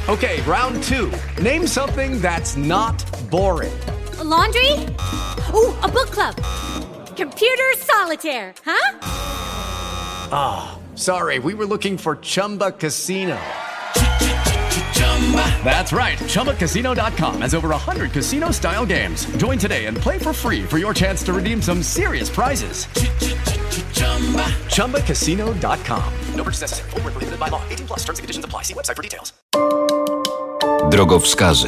Okay, round 2. Name something that's not boring. A laundry? Ooh, a book club. Computer solitaire, huh? Sorry, we were looking for Chumba Casino. That's right. ChumbaCasino.com has over 100 casino-style games. Join today and play for free for your chance to redeem some serious prizes. ChumbaCasino.com. No purchase necessary. Void where prohibited by law. 18+. Terms and conditions apply. See website for details. Drogowskazy.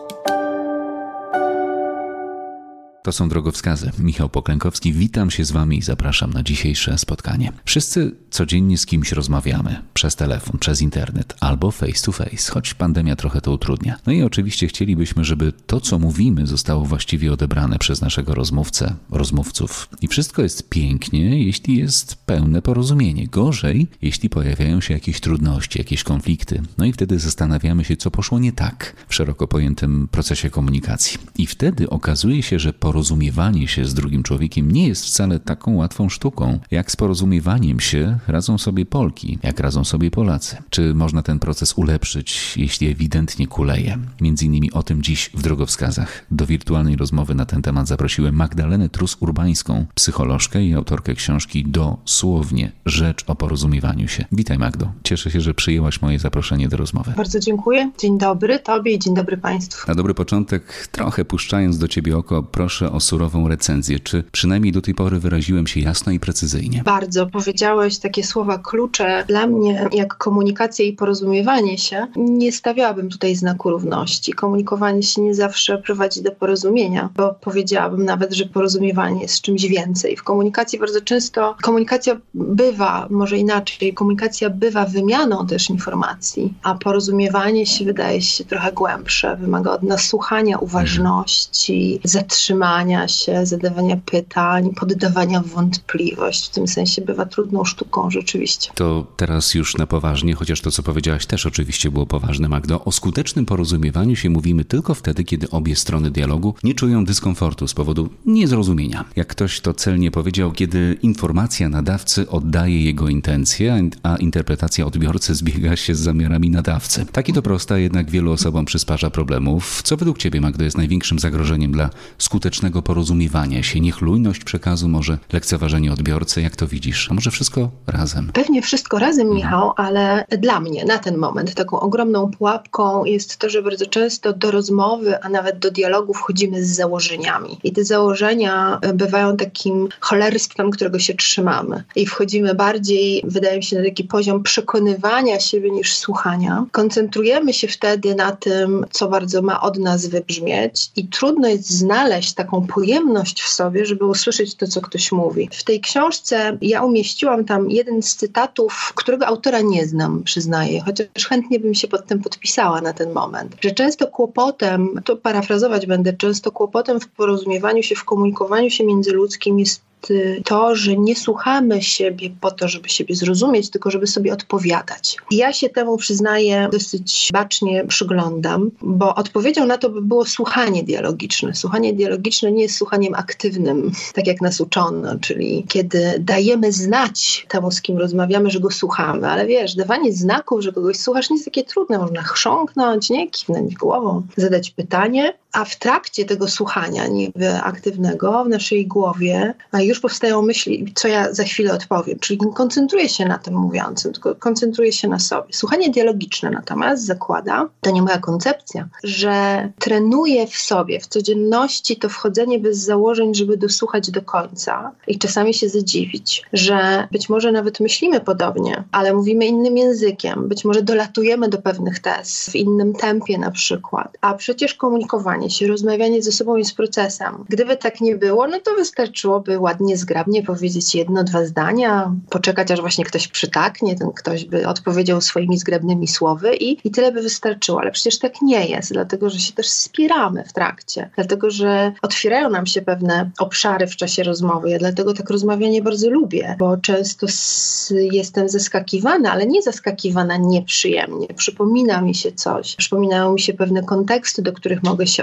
To są drogowskazy. Michał Poklękowski. Witam się z Wami i zapraszam na dzisiejsze spotkanie. Wszyscy codziennie z kimś rozmawiamy. Przez telefon, przez internet albo face to face, choć pandemia trochę to utrudnia. No i oczywiście chcielibyśmy, żeby to, co mówimy, zostało właściwie odebrane przez naszego rozmówcę, rozmówców. I wszystko jest pięknie, jeśli jest pełne porozumienie. Gorzej, jeśli pojawiają się jakieś trudności, jakieś konflikty. No i wtedy zastanawiamy się, co poszło nie tak w szeroko pojętym procesie komunikacji. I wtedy okazuje się, że porozumiewanie się z drugim człowiekiem nie jest wcale taką łatwą sztuką, jak z porozumiewaniem się radzą sobie Polki, jak radzą sobie Polacy. Czy można ten proces ulepszyć, jeśli ewidentnie kuleje? Między innymi o tym dziś w Drogowskazach. Do wirtualnej rozmowy na ten temat zaprosiłem Magdalenę Trus-Urbańską, psycholożkę i autorkę książki Dosłownie Rzecz o porozumiewaniu się. Witaj, Magdo. Cieszę się, że przyjęłaś moje zaproszenie do rozmowy. Bardzo dziękuję. Dzień dobry Tobie i dzień dobry Państwu. Na dobry początek, trochę puszczając do Ciebie oko, proszę o surową recenzję. Czy przynajmniej do tej pory wyraziłem się jasno i precyzyjnie? Bardzo. Powiedziałeś takie słowa klucze. Dla mnie, jak komunikacja i porozumiewanie się, nie stawiałabym tutaj znaku równości. Komunikowanie się nie zawsze prowadzi do porozumienia, bo powiedziałabym nawet, że porozumiewanie jest czymś więcej. W komunikacji bardzo często komunikacja bywa, może inaczej, komunikacja bywa wymianą też informacji, a porozumiewanie się wydaje się trochę głębsze. Wymaga od nas słuchania, uważności, zatrzymania się, zadawania pytań, poddawania w wątpliwość. W tym sensie bywa trudną sztuką rzeczywiście. To teraz już na poważnie, chociaż to, co powiedziałaś, też oczywiście było poważne, Magdo. O skutecznym porozumiewaniu się mówimy tylko wtedy, kiedy obie strony dialogu nie czują dyskomfortu z powodu niezrozumienia. Jak ktoś to celnie powiedział, kiedy informacja nadawcy oddaje jego intencje, a interpretacja odbiorcy zbiega się z zamiarami nadawcy. Taki to prosta, jednak wielu osobom przysparza problemów. Co według Ciebie, Magdo, jest największym zagrożeniem dla skutecznego porozumiewania się? Niechlujność przekazu, może lekceważenie odbiorcy? Jak to widzisz? A może wszystko razem? Pewnie wszystko razem, Michał, ale dla mnie na ten moment taką ogromną pułapką jest to, że bardzo często do rozmowy, a nawet do dialogu wchodzimy z założeniami. I te założenia bywają takim cholerstwem, którego się trzymamy. I wchodzimy bardziej, wydaje mi się, na taki poziom przekonywania siebie niż słuchania. Koncentrujemy się wtedy na tym, co bardzo ma od nas wybrzmieć i trudno jest znaleźć taką pojemność w sobie, żeby usłyszeć to, co ktoś mówi. W tej książce ja umieściłam tam jeden z cytatów, którego autora nie znam, przyznaję, chociaż chętnie bym się pod tym podpisała na ten moment, że często kłopotem, to parafrazować będę, często kłopotem w porozumiewaniu się, w komunikowaniu się międzyludzkim jest to, że nie słuchamy siebie po to, żeby siebie zrozumieć, tylko żeby sobie odpowiadać. I ja się temu, przyznaję, dosyć bacznie przyglądam, bo odpowiedzią na to by było słuchanie dialogiczne. Słuchanie dialogiczne nie jest słuchaniem aktywnym, tak jak nas uczono, czyli kiedy dajemy znać temu, z kim rozmawiamy, że go słuchamy. Ale wiesz, dawanie znaków, że kogoś słuchasz, nie jest takie trudne. Można chrząknąć, nie? Kiwnąć głową, zadać pytanie, a w trakcie tego słuchania niby aktywnego w naszej głowie już powstają myśli, co ja za chwilę odpowiem. Czyli nie koncentruję się na tym mówiącym, tylko koncentruję się na sobie. Słuchanie dialogiczne natomiast zakłada, to nie moja koncepcja, że trenuję w sobie, w codzienności to wchodzenie bez założeń, żeby dosłuchać do końca i czasami się zadziwić, że być może nawet myślimy podobnie, ale mówimy innym językiem, być może dolatujemy do pewnych tez w innym tempie na przykład, a przecież komunikowanie się, rozmawianie ze sobą jest procesem. Gdyby tak nie było, no to wystarczyłoby ładnie, zgrabnie powiedzieć 1-2 zdania, poczekać aż właśnie ktoś przytaknie, ten ktoś by odpowiedział swoimi zgrabnymi słowy i tyle by wystarczyło. Ale przecież tak nie jest, dlatego że się też spieramy w trakcie, dlatego że otwierają nam się pewne obszary w czasie rozmowy. Ja dlatego tak rozmawianie bardzo lubię, bo często jestem zaskakiwana, ale nie zaskakiwana nieprzyjemnie. Przypomina mi się coś, przypominają mi się pewne konteksty, do których mogę się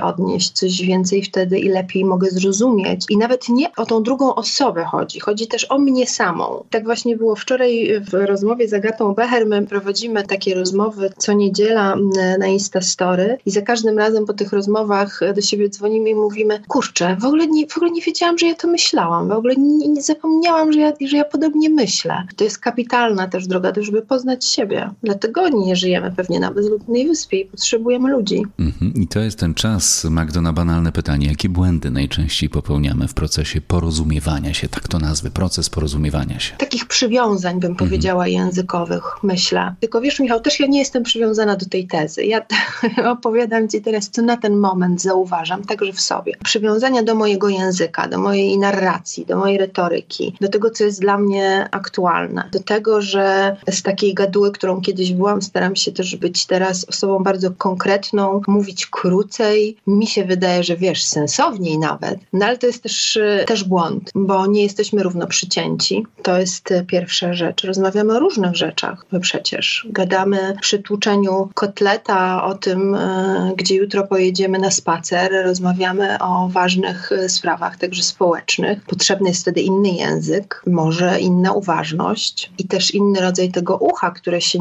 odnieść, coś więcej wtedy i lepiej mogę zrozumieć. I nawet nie o tą drugą osobę chodzi też o mnie samą. Tak właśnie było wczoraj w rozmowie z Agatą Becher. My prowadzimy takie rozmowy co niedziela na Instastory i za każdym razem po tych rozmowach do siebie dzwonimy i mówimy, kurczę, w ogóle nie wiedziałam, że ja to myślałam, w ogóle nie zapomniałam, że ja podobnie myślę. To jest kapitalna też droga, żeby poznać siebie. Dlatego nie żyjemy pewnie na bezludnej wyspie i potrzebujemy ludzi. I to jest ten czas, Magdo, na banalne pytanie. Jakie błędy najczęściej popełniamy w procesie porozumiewania się, tak to nazwę, proces porozumiewania się? Takich przywiązań, bym powiedziała, językowych, myślę. Tylko wiesz, Michał, też ja nie jestem przywiązana do tej tezy. Ja opowiadam ci teraz, co na ten moment zauważam, także w sobie. Przywiązania do mojego języka, do mojej narracji, do mojej retoryki, do tego, co jest dla mnie aktualne. Do tego, że z takiej gaduły, którą kiedyś byłam, staram się też być teraz osobą bardzo konkretną, mówić krócej. Mi się wydaje, że wiesz, sensowniej nawet. No ale to jest też błąd, bo nie jesteśmy równo przycięci. To jest pierwsza rzecz. Rozmawiamy o różnych rzeczach. My przecież gadamy przy tłuczeniu kotleta o tym, gdzie jutro pojedziemy na spacer. Rozmawiamy o ważnych sprawach, także społecznych. Potrzebny jest wtedy inny język, może inna uważność i też inny rodzaj tego ucha, które się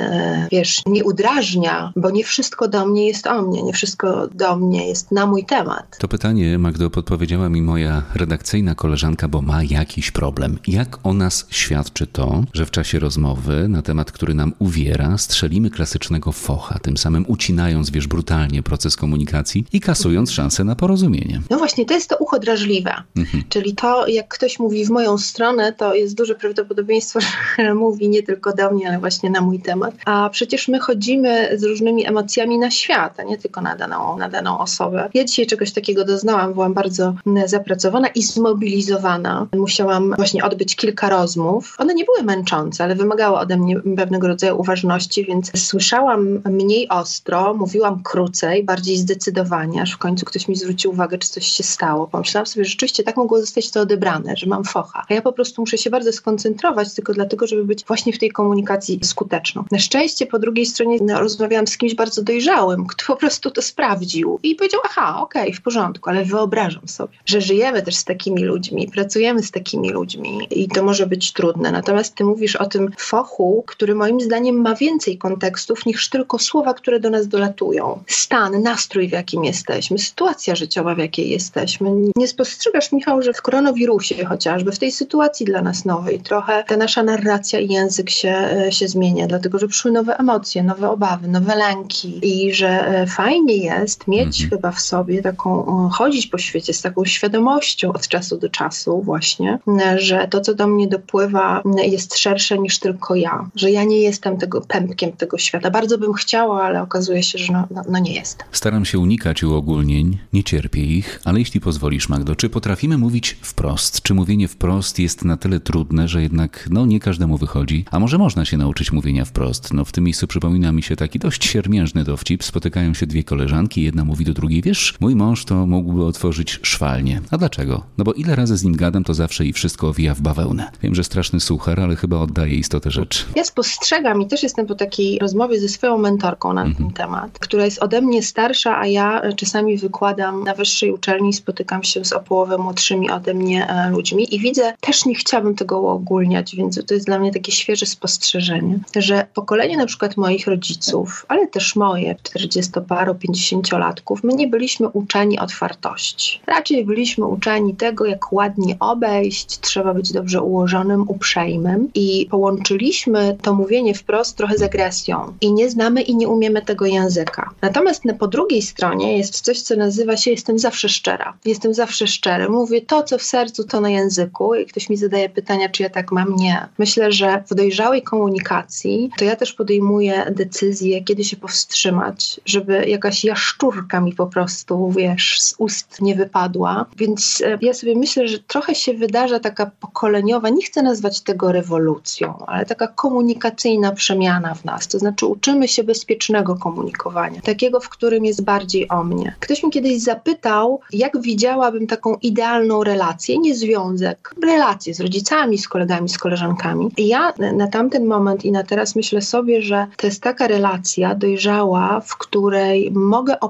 nie udrażnia, bo nie wszystko do mnie jest o mnie, nie wszystko do mnie jest na mój temat. To pytanie, Magdo, podpowiedziała mi moja redakcyjna koleżanka, bo ma jakiś problem. Jak o nas świadczy to, że w czasie rozmowy na temat, który nam uwiera, strzelimy klasycznego focha, tym samym ucinając, brutalnie proces komunikacji i kasując szansę na porozumienie? No właśnie, to jest to ucho drażliwe. Czyli to, jak ktoś mówi w moją stronę, to jest duże prawdopodobieństwo, że mówi nie tylko do mnie, ale właśnie na mój temat. A przecież my chodzimy z różnymi emocjami na świat, a nie tylko na daną osobę. Ja dzisiaj czegoś takiego doznałam, byłam bardzo zapracowana i zmobilizowana. Musiałam właśnie odbyć kilka rozmów. One nie były męczące, ale wymagały ode mnie pewnego rodzaju uważności, więc słyszałam mniej ostro, mówiłam krócej, bardziej zdecydowanie, aż w końcu ktoś mi zwrócił uwagę, czy coś się stało. Pomyślałam sobie, że rzeczywiście tak mogło zostać to odebrane, że mam focha. A ja po prostu muszę się bardzo skoncentrować tylko dlatego, żeby być właśnie w tej komunikacji skuteczną. Na szczęście po drugiej stronie rozmawiałam z kimś bardzo dojrzałym, kto po prostu to sprawdził i powiedział, okej, w porządku, ale wyobrażam sobie, że żyjemy też z takimi ludźmi, pracujemy z takimi ludźmi i to może być trudne. Natomiast ty mówisz o tym fochu, który moim zdaniem ma więcej kontekstów niż tylko słowa, które do nas dolatują. Stan, nastrój, w jakim jesteśmy, sytuacja życiowa, w jakiej jesteśmy. Nie spostrzegasz, Michał, że w koronawirusie chociażby, w tej sytuacji dla nas nowej, trochę ta nasza narracja i język się zmienia, dlatego że przyszły nowe emocje, nowe obawy, nowe lęki i że fajnie jest mieć chyba w sobie taką, chodzić po świecie z taką świadomością od czasu do czasu właśnie, że to, co do mnie dopływa, jest szersze niż tylko ja, że ja nie jestem tego pępkiem tego świata. Bardzo bym chciała, ale okazuje się, że nie jestem. Staram się unikać uogólnień, nie cierpię ich, ale jeśli pozwolisz, Magdo, czy potrafimy mówić wprost? Czy mówienie wprost jest na tyle trudne, że jednak nie każdemu wychodzi? A może można się nauczyć mówienia wprost? W tym miejscu przypomina mi się taki dość siermiężny dowcip. Spotykają się dwie koleżanki, jedna mówi do drugiej, wiesz, mój mąż to mógłby otworzyć szwalnię. A dlaczego? Bo ile razy z nim gadam, to zawsze i wszystko owija w bawełnę. Wiem, że straszny suchar, ale chyba oddaje istotę rzeczy. Ja spostrzegam i też jestem po takiej rozmowie ze swoją mentorką na ten temat, która jest ode mnie starsza, a ja czasami wykładam na wyższej uczelni, spotykam się z o połowę młodszymi ode mnie ludźmi i widzę, też nie chciałabym tego uogólniać, więc to jest dla mnie takie świeże spostrzeżenie, że pokolenie na przykład moich rodziców, ale też moje 40-paro, 50-latków, my nie byliśmy uczeni otwartości. Raczej byliśmy uczeni tego, jak ładnie obejść, trzeba być dobrze ułożonym, uprzejmym i połączyliśmy to mówienie wprost trochę z agresją i nie znamy i nie umiemy tego języka. Natomiast po drugiej stronie jest coś, co nazywa się jestem zawsze szczera. Jestem zawsze szczery. Mówię to, co w sercu, to na języku i ktoś mi zadaje pytania, czy ja tak mam? Nie. Myślę, że w dojrzałej komunikacji to ja też podejmuję decyzję, kiedy się powstrzymać, żeby jakaś jaszczurka mi po prostu, z ust nie wypadła. Więc ja sobie myślę, że trochę się wydarza taka pokoleniowa, nie chcę nazwać tego rewolucją, ale taka komunikacyjna przemiana w nas. To znaczy uczymy się bezpiecznego komunikowania. Takiego, w którym jest bardziej o mnie. Ktoś mi kiedyś zapytał, jak widziałabym taką idealną relację, nie związek, relację z rodzicami, z kolegami, z koleżankami. I ja na tamten moment i na teraz myślę sobie, że to jest taka relacja dojrzała, w której mogę opowiedzieć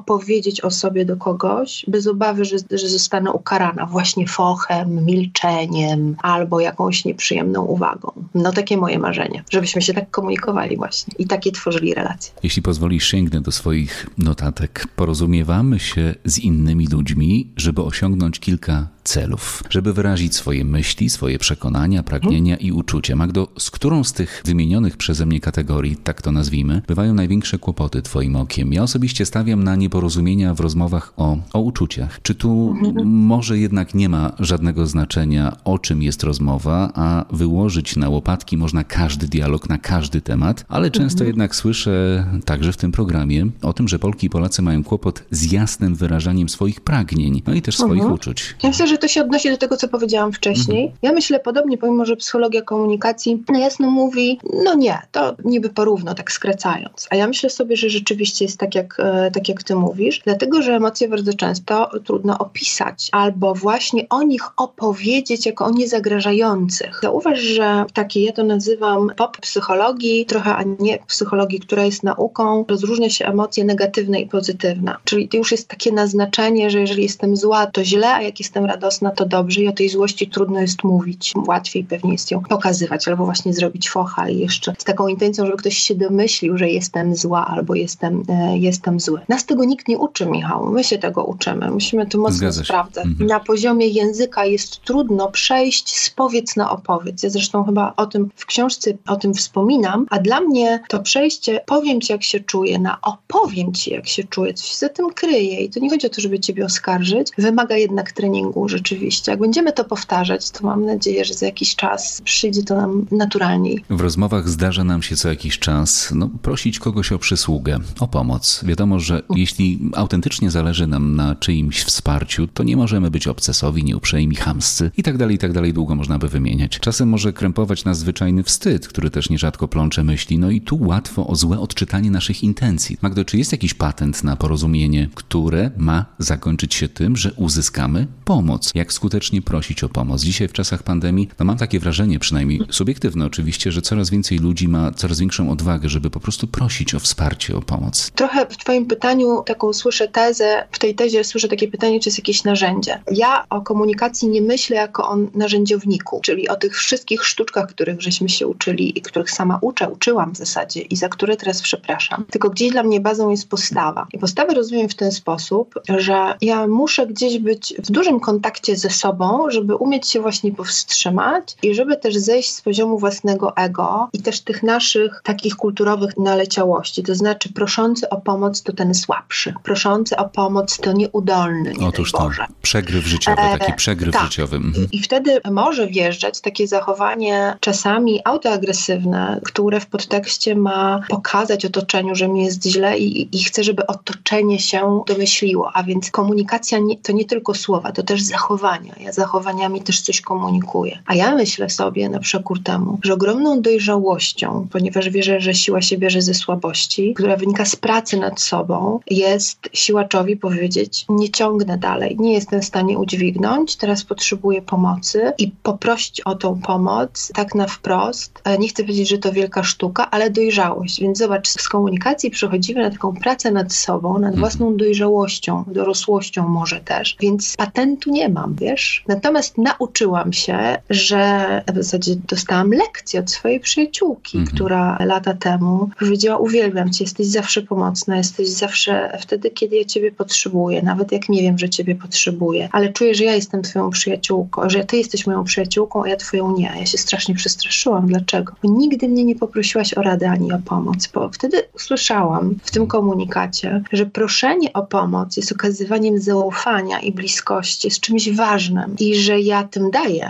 powiedzieć o sobie do kogoś bez obawy, że zostanę ukarana właśnie fochem, milczeniem albo jakąś nieprzyjemną uwagą. No takie moje marzenie, żebyśmy się tak komunikowali właśnie i takie tworzyli relacje. Jeśli pozwolisz, sięgnę do swoich notatek. Porozumiewamy się z innymi ludźmi, żeby osiągnąć kilka celów, żeby wyrazić swoje myśli, swoje przekonania, pragnienia i uczucia. Magdo, z którą z tych wymienionych przeze mnie kategorii, tak to nazwijmy, bywają największe kłopoty twoim okiem? Ja osobiście stawiam na nieporozumienia w rozmowach o uczuciach. Czy tu może jednak nie ma żadnego znaczenia, o czym jest rozmowa, a wyłożyć na łopatki można każdy dialog na każdy temat, ale często jednak słyszę, także w tym programie, o tym, że Polki i Polacy mają kłopot z jasnym wyrażaniem swoich pragnień, no i też swoich uczuć. Ja myślę, że to się odnosi do tego, co powiedziałam wcześniej. Ja myślę podobnie, pomimo że psychologia komunikacji jasno mówi, no nie, to niby porówno, tak skracając. A ja myślę sobie, że rzeczywiście jest tak jak ty mówisz, dlatego, że emocje bardzo często trudno opisać albo właśnie o nich opowiedzieć jako o niezagrażających. Zauważ, że w takiej, ja to nazywam pop psychologii, trochę, a nie psychologii, która jest nauką, rozróżnia się emocje negatywne i pozytywne. Czyli to już jest takie naznaczenie, że jeżeli jestem zła, to źle, a jak jestem radosna, to dobrze i o tej złości trudno jest mówić. Łatwiej pewnie jest ją pokazywać albo właśnie zrobić focha i jeszcze z taką intencją, żeby ktoś się domyślił, że jestem zła albo jestem zły. Nas tego nikt nie uczy, Michał. My się tego uczymy. Musimy to mocno sprawdzać. Na poziomie języka jest trudno przejść z powiedz na opowiedz. Ja zresztą chyba o tym w książce wspominam, a dla mnie to przejście powiem ci, jak się czuję, na opowiem ci, jak się czuję, coś się za tym kryje i to nie chodzi o to, żeby ciebie oskarżyć. Wymaga jednak treningu rzeczywiście. Jak będziemy to powtarzać, to mam nadzieję, że za jakiś czas przyjdzie to nam naturalniej. W rozmowach zdarza nam się co jakiś czas prosić kogoś o przysługę, o pomoc. Wiadomo, że jeśli autentycznie zależy nam na czyimś wsparciu, to nie możemy być obcesowi, nieuprzejmi, chamscy i tak dalej, długo można by wymieniać. Czasem może krępować nas zwyczajny wstyd, który też nierzadko plącze myśli, no i tu łatwo o złe odczytanie naszych intencji. Magdo, czy jest jakiś patent na porozumienie, które ma zakończyć się tym, że uzyskamy pomoc? Jak skutecznie prosić o pomoc? Dzisiaj w czasach pandemii, mam takie wrażenie, przynajmniej subiektywne oczywiście, że coraz więcej ludzi ma coraz większą odwagę, żeby po prostu prosić o wsparcie, o pomoc. Trochę w twoim pytaniu taką słyszę tezę, w tej tezie słyszę takie pytanie, czy jest jakieś narzędzie. Ja o komunikacji nie myślę jako o narzędziowniku, czyli o tych wszystkich sztuczkach, których żeśmy się uczyli i których sama uczyłam w zasadzie i za które teraz przepraszam. Tylko gdzieś dla mnie bazą jest postawa. I postawę rozumiem w ten sposób, że ja muszę gdzieś być w dużym kontakcie ze sobą, żeby umieć się właśnie powstrzymać i żeby też zejść z poziomu własnego ego i też tych naszych takich kulturowych naleciałości. To znaczy proszący o pomoc to ten słabszy. Proszący o pomoc to nieudolny. Otóż to. Przegryw życiowy, taki przegryw życiowy. I wtedy może wjeżdżać takie zachowanie czasami autoagresywne, które w podtekście ma pokazać otoczeniu, że mi jest źle i chcę, żeby otoczenie się domyśliło. A więc komunikacja to nie tylko słowa, to też zachowania. Ja zachowaniami też coś komunikuję. A ja myślę sobie na przekór temu, że ogromną dojrzałością, ponieważ wierzę, że siła się bierze ze słabości, która wynika z pracy nad sobą, jest siłaczowi powiedzieć, nie ciągnę dalej, nie jestem w stanie udźwignąć, teraz potrzebuję pomocy i poprosić o tą pomoc tak na wprost. Nie chcę powiedzieć, że to wielka sztuka, ale dojrzałość. Więc zobacz, z komunikacji przechodzimy na taką pracę nad sobą, nad własną dojrzałością, dorosłością może też. Więc patentu nie mam, wiesz? Natomiast nauczyłam się, że w zasadzie dostałam lekcję od swojej przyjaciółki, która lata temu powiedziała, uwielbiam cię, jesteś zawsze pomocna, jesteś zawsze wtedy, kiedy ja ciebie potrzebuję, nawet jak nie wiem, że ciebie potrzebuję, ale czuję, że ja jestem twoją przyjaciółką, że ty jesteś moją przyjaciółką, a ja twoją nie. Ja się strasznie przestraszyłam. Dlaczego? Bo nigdy mnie nie poprosiłaś o radę ani o pomoc, bo wtedy usłyszałam w tym komunikacie, że proszenie o pomoc jest okazywaniem zaufania i bliskości, jest czymś ważnym i że ja tym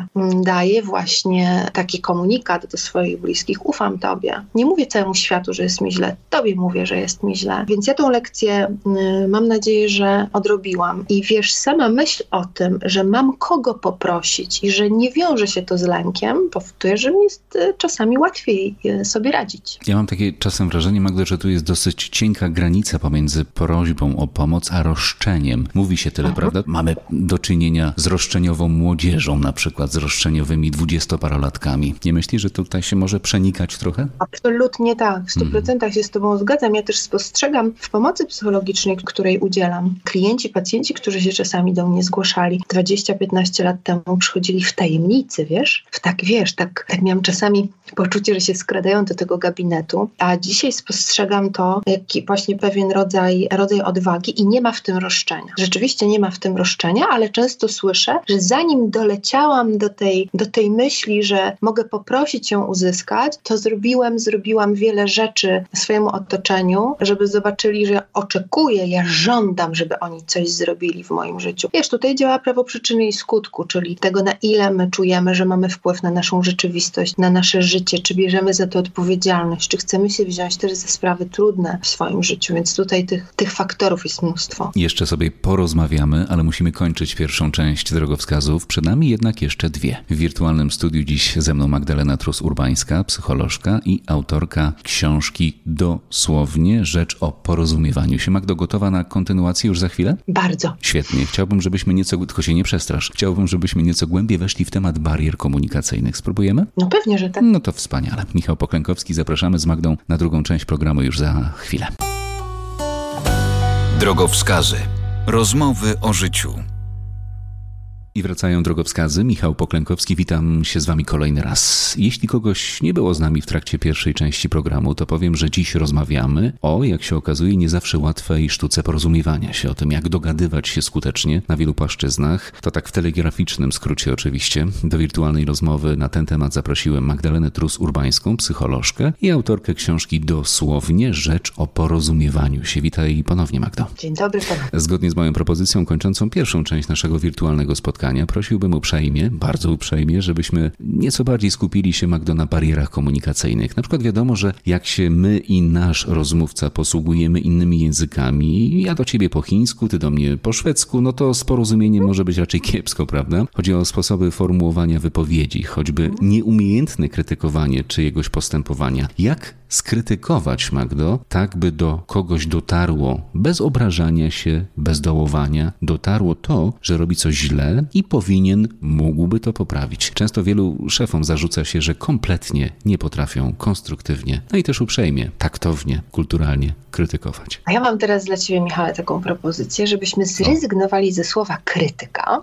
daję właśnie taki komunikat do swoich bliskich, ufam tobie. Nie mówię całemu światu, że jest mi źle, tobie mówię, że jest mi źle. Więc ja tą lekcję mam nadzieję, że odrobiłam. I wiesz, sama myśl o tym, że mam kogo poprosić i że nie wiąże się to z lękiem, powtórzę, że mi jest czasami łatwiej sobie radzić. Ja mam takie czasem wrażenie, Magdo, że tu jest dosyć cienka granica pomiędzy prośbą o pomoc a roszczeniem. Mówi się tyle, prawda? Mamy do czynienia z roszczeniową młodzieżą, na przykład z roszczeniowymi 20-parolatkami. Nie myślisz, że tutaj się może przenikać trochę? Absolutnie tak. W 100% się z tobą zgadzam. Ja też spostrzegam w pomocy psychologicznej, której udzielam. Klienci, pacjenci, którzy się czasami do mnie zgłaszali 20-15 lat temu, przychodzili w tajemnicy, tak miałam czasami poczucie, że się skradają do tego gabinetu, a dzisiaj spostrzegam to jak właśnie pewien rodzaj odwagi i nie ma w tym roszczenia. Rzeczywiście nie ma w tym roszczenia, ale często słyszę, że zanim doleciałam do tej myśli, że mogę poprosić ją uzyskać, to zrobiłam wiele rzeczy swojemu otoczeniu, żeby zobaczyli, że oczekuję, ja żądam, żeby oni coś zrobili w moim życiu. Tutaj działa prawo przyczyny i skutku, czyli tego, na ile my czujemy, że mamy wpływ na naszą rzeczywistość, na nasze życie, czy bierzemy za to odpowiedzialność, czy chcemy się wziąć też za sprawy trudne w swoim życiu, więc tutaj tych faktorów jest mnóstwo. Jeszcze sobie porozmawiamy, ale musimy kończyć pierwszą część drogowskazów. Przed nami jednak jeszcze dwie. W wirtualnym studiu dziś ze mną Magdalena Trus-Urbańska, psycholożka i autorka książki Dosłownie Rzecz o porozumiewaniu się. Magdo, gotowa na kontynuację już za chwilę? Bardzo. Świetnie. Chciałbym, żebyśmy tylko się nie przestrasz, nieco głębiej weszli w temat barier komunikacyjnych. Spróbujemy? No pewnie, że tak. No to wspaniale. Michał Poklękowski, zapraszamy z Magdą na drugą część programu już za chwilę. Drogowskazy. Rozmowy o życiu. I wracają drogowskazy. Michał Poklękowski, witam się z wami kolejny raz. Jeśli kogoś nie było z nami w trakcie pierwszej części programu, to powiem, że dziś rozmawiamy o, jak się okazuje, nie zawsze łatwej sztuce porozumiewania się, o tym, jak dogadywać się skutecznie na wielu płaszczyznach. To tak w telegraficznym skrócie oczywiście. Do wirtualnej rozmowy na ten temat zaprosiłem Magdalenę Trus-Urbańską, psycholożkę i autorkę książki Dosłownie Rzecz o porozumiewaniu się. Witaj ponownie, Magdo. Dzień dobry panu. Zgodnie z moją propozycją kończącą pierwszą część naszego wirtualnego spotkania, prosiłbym uprzejmie, bardzo uprzejmie, żebyśmy nieco bardziej skupili się, Magdo, na barierach komunikacyjnych. Na przykład wiadomo, że jak się my i nasz rozmówca posługujemy innymi językami, ja do ciebie po chińsku, ty do mnie po szwedzku, no to z porozumieniem może być raczej kiepsko, prawda? Chodzi o sposoby formułowania wypowiedzi, choćby nieumiejętne krytykowanie czyjegoś postępowania. Jak skrytykować, Magdo, tak by do kogoś dotarło, bez obrażania się, bez dołowania, dotarło to, że robi coś źle i mógłby to poprawić. Często wielu szefom zarzuca się, że kompletnie nie potrafią konstruktywnie, no i też uprzejmie, taktownie, kulturalnie krytykować. A ja mam teraz dla ciebie, Michale, taką propozycję, żebyśmy zrezygnowali ze słowa krytyka,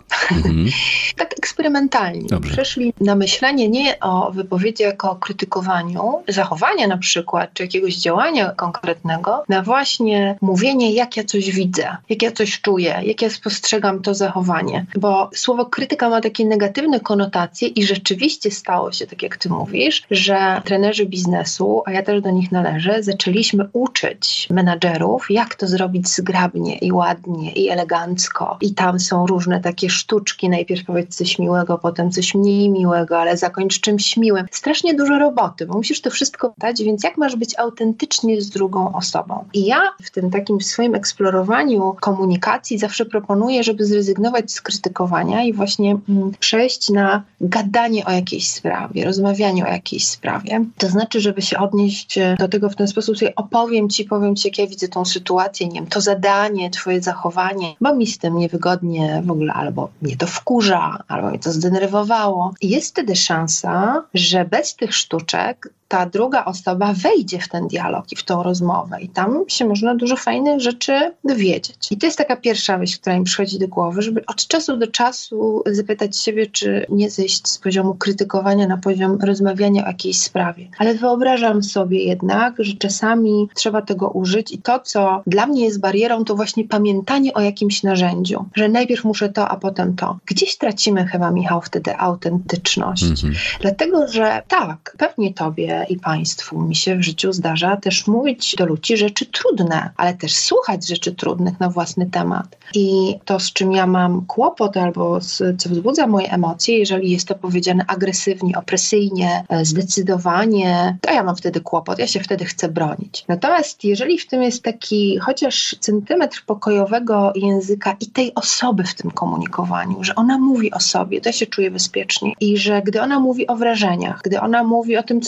tak eksperymentalnie. Dobrze. Przeszli na myślenie nie o wypowiedzi jako o krytykowaniu zachowania na przykład, czy jakiegoś działania konkretnego, na właśnie mówienie, jak ja coś widzę, jak ja coś czuję, jak ja spostrzegam to zachowanie. Bo słowo krytyka ma takie negatywne konotacje i rzeczywiście stało się, tak jak ty mówisz, że trenerzy biznesu, a ja też do nich należę, zaczęliśmy uczyć menadżerów, jak to zrobić zgrabnie i ładnie i elegancko. I tam są różne takie sztuczki, najpierw powiedz coś miłego, potem coś mniej miłego, ale zakończ czymś miłym. Strasznie dużo roboty, bo musisz to wszystko dać, więc jak masz być autentycznie z drugą osobą? I ja w tym takim swoim eksplorowaniu komunikacji zawsze proponuję, żeby zrezygnować z krytykowania i właśnie przejść na gadanie o jakiejś sprawie, rozmawianie o jakiejś sprawie. To znaczy, żeby się odnieść do tego w ten sposób, sobie powiem ci, jak ja widzę tą sytuację, nie wiem, to zadanie, twoje zachowanie, bo mi z tym niewygodnie w ogóle, albo mnie to wkurza, albo mnie to zdenerwowało. I jest wtedy szansa, że bez tych sztuczek ta druga osoba wejdzie w ten dialog i w tą rozmowę i tam się można dużo fajnych rzeczy dowiedzieć. I to jest taka pierwsza myśl, która mi przychodzi do głowy, żeby od czasu do czasu zapytać siebie, czy nie zejść z poziomu krytykowania na poziom rozmawiania o jakiejś sprawie. Ale wyobrażam sobie jednak, że czasami trzeba tego użyć i to, co dla mnie jest barierą, to właśnie pamiętanie o jakimś narzędziu, że najpierw muszę to, a potem to. Gdzieś tracimy chyba, Michał, wtedy autentyczność. Dlatego, że tak, pewnie tobie i państwu mi się w życiu zdarza też mówić do ludzi rzeczy trudne, ale też słuchać rzeczy trudnych na własny temat. I to, z czym ja mam kłopot albo co wzbudza moje emocje, jeżeli jest to powiedziane agresywnie, opresyjnie, zdecydowanie, to ja mam wtedy kłopot, ja się wtedy chcę bronić. Natomiast jeżeli w tym jest taki chociaż centymetr pokojowego języka i tej osoby w tym komunikowaniu, że ona mówi o sobie, to ja się czuję bezpiecznie i że gdy ona mówi o wrażeniach, gdy ona mówi o tym, co zobaczyła,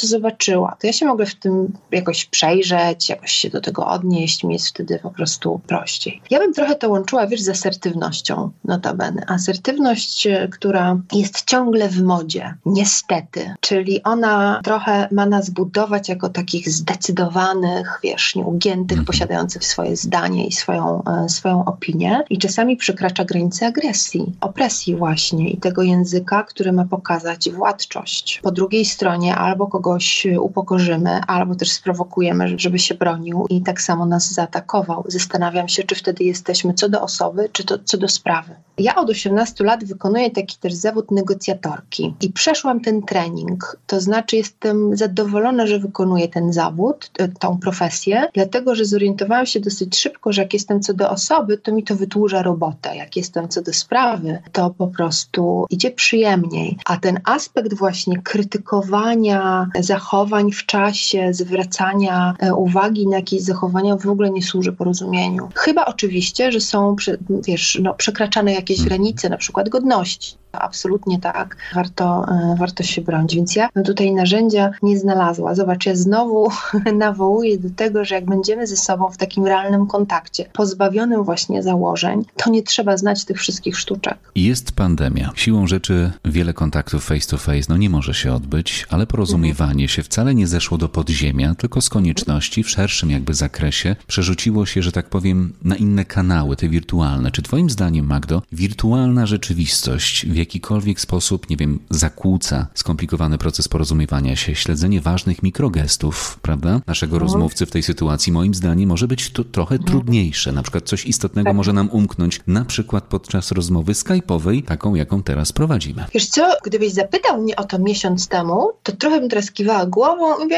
doświadczyła, to ja się mogę w tym jakoś przejrzeć, jakoś się do tego odnieść, mi jest wtedy po prostu prościej. Ja bym trochę to łączyła, z asertywnością notabene. Asertywność, która jest ciągle w modzie, niestety, czyli ona trochę ma nas budować jako takich zdecydowanych, nieugiętych, posiadających swoje zdanie i swoją opinię i czasami przekracza granice agresji, opresji właśnie i tego języka, który ma pokazać władczość. Po drugiej stronie albo kogoś upokorzymy, albo też sprowokujemy, żeby się bronił i tak samo nas zaatakował. Zastanawiam się, czy wtedy jesteśmy co do osoby, czy to co do sprawy. Ja od 18 lat wykonuję taki też zawód negocjatorki i przeszłam ten trening, to znaczy jestem zadowolona, że wykonuję ten zawód, tą profesję, dlatego, że zorientowałam się dosyć szybko, że jak jestem co do osoby, to mi to wydłuża robotę. Jak jestem co do sprawy, to po prostu idzie przyjemniej. A ten aspekt właśnie krytykowania zachowań w czasie, zwracania uwagi na jakieś zachowania w ogóle nie służy porozumieniu. Chyba oczywiście, że są przekraczane jakieś granice, na przykład godności. Absolutnie tak. Warto się bronić. Więc ja tutaj narzędzia nie znalazła. Zobacz, ja znowu nawołuję do tego, że jak będziemy ze sobą w takim realnym kontakcie, pozbawionym właśnie założeń, to nie trzeba znać tych wszystkich sztuczek. Jest pandemia. Siłą rzeczy wiele kontaktów face to face nie może się odbyć, ale porozumiewanie się wcale nie zeszło do podziemia, tylko z konieczności w szerszym zakresie przerzuciło się, że tak powiem, na inne kanały, te wirtualne. Czy twoim zdaniem, Magdo, wirtualna rzeczywistość w jakikolwiek sposób, zakłóca skomplikowany proces porozumiewania się, śledzenie ważnych mikrogestów, prawda, naszego rozmówcy w tej sytuacji, moim zdaniem, może być to trochę trudniejsze. Na przykład coś istotnego może nam umknąć, na przykład podczas rozmowy skype'owej, taką, jaką teraz prowadzimy. Wiesz co, gdybyś zapytał mnie o to miesiąc temu, to trochę bym teraz kiwała głową i mówiła,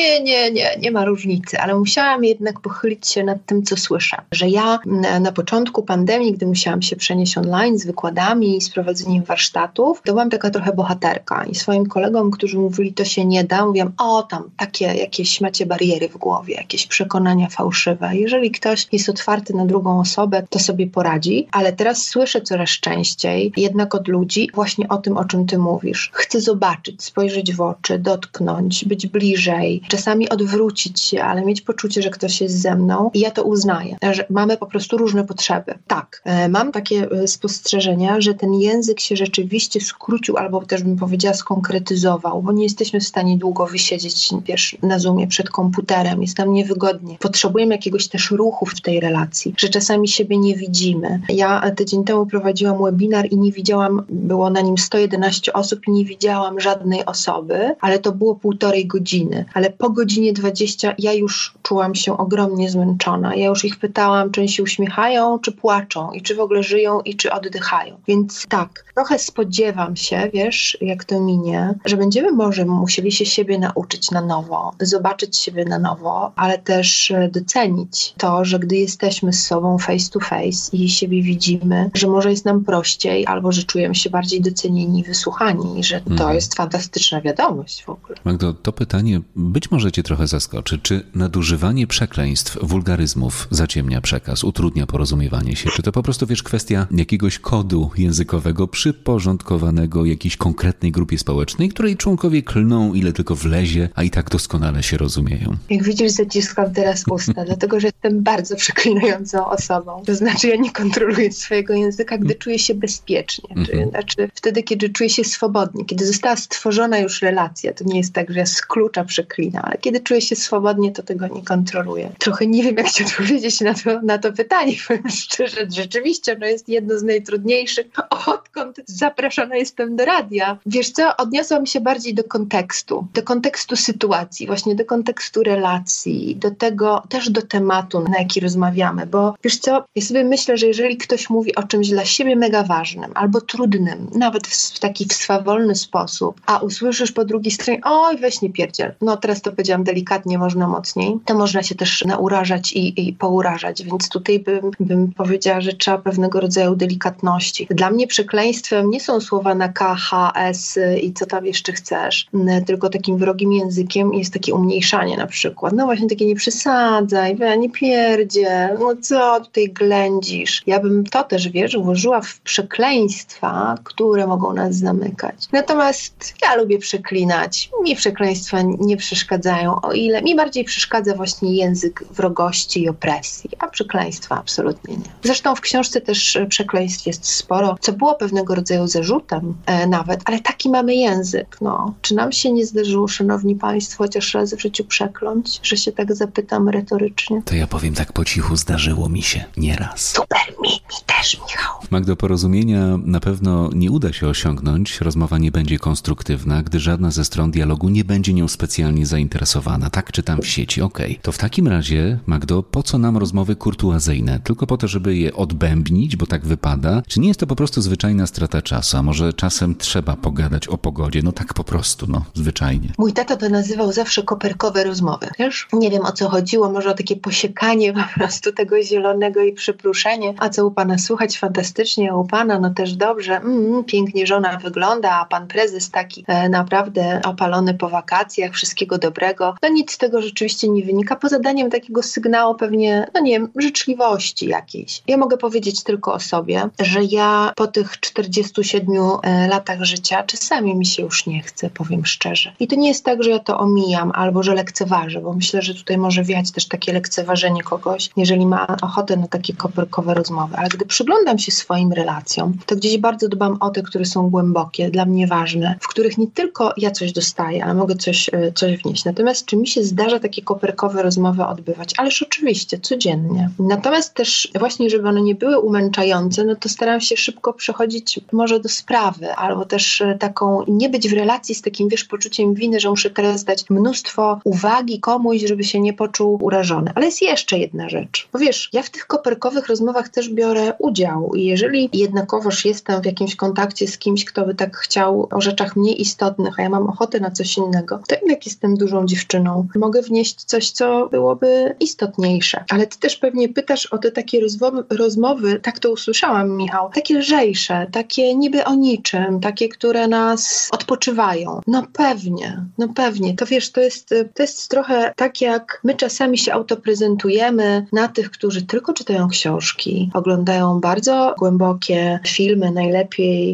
nie ma różnicy, ale musiałam jednak pochylić się nad tym, co słyszę. Że ja na początku pandemii, gdy musiałam się przenieść online z wykładami i z prowadzeniem warsztatów, to byłam taka trochę bohaterka i swoim kolegom, którzy mówili, to się nie da, mówiłam, tam takie jakieś macie bariery w głowie, jakieś przekonania fałszywe. Jeżeli ktoś jest otwarty na drugą osobę, to sobie poradzi, ale teraz słyszę coraz częściej jednak od ludzi właśnie o tym, o czym ty mówisz. Chcę zobaczyć, spojrzeć w oczy, dotknąć, być bliżej, czasami odwrócić się, ale mieć poczucie, że ktoś jest ze mną i ja to uznaję, że mamy po prostu różne potrzeby. Tak, mam takie spostrzeżenia, że ten język się rzeczywiście skrócił, albo też bym powiedziała skonkretyzował, bo nie jesteśmy w stanie długo wysiedzieć, na Zoomie przed komputerem, jest nam niewygodnie. Potrzebujemy jakiegoś też ruchu w tej relacji, że czasami siebie nie widzimy. Ja tydzień temu prowadziłam webinar i nie widziałam, było na nim 111 osób i nie widziałam żadnej osoby, ale to było 1,5 godziny. Ale po godzinie 20 ja już czułam się ogromnie zmęczona. Ja już ich pytałam, czy oni się uśmiechają, czy płaczą i czy w ogóle żyją i czy oddychają. Więc tak, trochę spodziewam się, jak to minie, że będziemy może musieli się siebie nauczyć na nowo, zobaczyć siebie na nowo, ale też docenić to, że gdy jesteśmy z sobą face to face i siebie widzimy, że może jest nam prościej, albo że czujemy się bardziej docenieni i wysłuchani, że to jest fantastyczna wiadomość w ogóle. Magdo, to pytanie być może cię trochę zaskoczy. Czy nadużywanie przekleństw, wulgaryzmów zaciemnia przekaz, utrudnia porozumiewanie się? Czy to po prostu, kwestia jakiegoś kodu językowego przyporządkowanego jakiejś konkretnej grupie społecznej, której członkowie klną, ile tylko wlezie, a i tak doskonale się rozumieją? Jak widzisz, zaciskam teraz usta, dlatego że jestem bardzo przeklinającą osobą. To znaczy, ja nie kontroluję swojego języka, gdy czuję się bezpiecznie. Znaczy, wtedy, kiedy czuję się swobodnie, kiedy została stworzona już relacja. To nie jest tak, że ja z klucza przeklinam, ale kiedy czuję się swobodnie, to tego nie kontroluję. Trochę nie wiem, jak ci odpowiedzieć na to pytanie. Powiem szczerze, rzeczywiście jest jedno z najtrudniejszych, odkąd zapraszana jestem do radia. Wiesz co, odniosłam się bardziej do kontekstu sytuacji, właśnie do kontekstu relacji, do tego, też do tematu, na jaki rozmawiamy, bo wiesz co, ja sobie myślę, że jeżeli ktoś mówi o czymś dla siebie mega ważnym albo trudnym, nawet w taki swawolny sposób, a usłyszysz po drugiej stronie, oj, weź nie pierdziel. Teraz to powiedziałam delikatnie, można mocniej, to można się też naurażać i pourażać, więc tutaj bym powiedziała, że trzeba pewnego rodzaju delikatności. Dla mnie przekleństwo przekleństwem nie są słowa na K, H, S i co tam jeszcze chcesz, tylko takim wrogim językiem jest takie umniejszanie na przykład. No właśnie takie nie przesadzaj, nie pierdzie, no co tutaj ględzisz. Ja bym to też, włożyła w przekleństwa, które mogą nas zamykać. Natomiast ja lubię przeklinać. Mi przekleństwa nie przeszkadzają, o ile mi bardziej przeszkadza właśnie język wrogości i opresji, a przekleństwa absolutnie nie. Zresztą w książce też przekleństw jest sporo, co było pewnego rodzaju zarzutem nawet, ale taki mamy język. No. Czy nam się nie zdarzyło, szanowni państwo, chociaż raz w życiu przekląć, że się tak zapytam retorycznie? To ja powiem tak po cichu, zdarzyło mi się nieraz. Super, mi też, Michał. Magdo, porozumienia na pewno nie uda się osiągnąć, rozmowa nie będzie konstruktywna, gdy żadna ze stron dialogu nie będzie nią specjalnie zainteresowana, tak czytam w sieci, okej. To w takim razie, Magdo, po co nam rozmowy kurtuazyjne? Tylko po to, żeby je odbębnić, bo tak wypada? Czy nie jest to po prostu zwyczajna strata czasu? A może czasem trzeba pogadać o pogodzie? No tak po prostu, zwyczajnie. Mój tata to nazywał zawsze koperkowe rozmowy, wiesz? Nie wiem, o co chodziło, może o takie posiekanie po prostu tego zielonego i przypruszenie. A co u pana słychać? Fantastycznie, a u pana no też dobrze. Pięknie żona wygląda, a pan prezes taki naprawdę opalony po wakacjach, wszystkiego dobrego. No nic z tego rzeczywiście nie wynika, poza daniem takiego sygnału pewnie, życzliwości jakiejś. Ja mogę powiedzieć tylko o sobie, że ja po tych 47 latach życia czasami mi się już nie chce, powiem szczerze. I to nie jest tak, że ja to omijam albo że lekceważę, bo myślę, że tutaj może wiać też takie lekceważenie kogoś, jeżeli ma ochotę na takie koperkowe rozmowy. Ale gdy przyglądam się swoim relacjom, to gdzieś bardzo dbam o te, które są głębokie, dla mnie ważne, w których nie tylko ja coś dostaję, ale mogę coś wnieść. Natomiast czy mi się zdarza takie koperkowe rozmowy odbywać? Ależ oczywiście, codziennie. Natomiast też właśnie, żeby one nie były umęczające, no to staram się szybko przechodzić może do sprawy, albo też taką, nie być w relacji z takim, poczuciem winy, że muszę teraz dać mnóstwo uwagi komuś, żeby się nie poczuł urażony. Ale jest jeszcze jedna rzecz. Bo ja w tych koperkowych rozmowach też biorę udział i jeżeli jednakowoż jestem w jakimś kontakcie z kimś, kto by tak chciał o rzeczach mniej istotnych, a ja mam ochotę na coś innego, to jednak jestem dużą dziewczyną. Mogę wnieść coś, co byłoby istotniejsze. Ale ty też pewnie pytasz o te takie rozmowy, tak to usłyszałam, Michał, takie lżejsze, takie niby o niczym, takie, które nas odpoczywają. No pewnie. To to jest trochę tak, jak my czasami się autoprezentujemy na tych, którzy tylko czytają książki, oglądają bardzo głębokie filmy, najlepiej,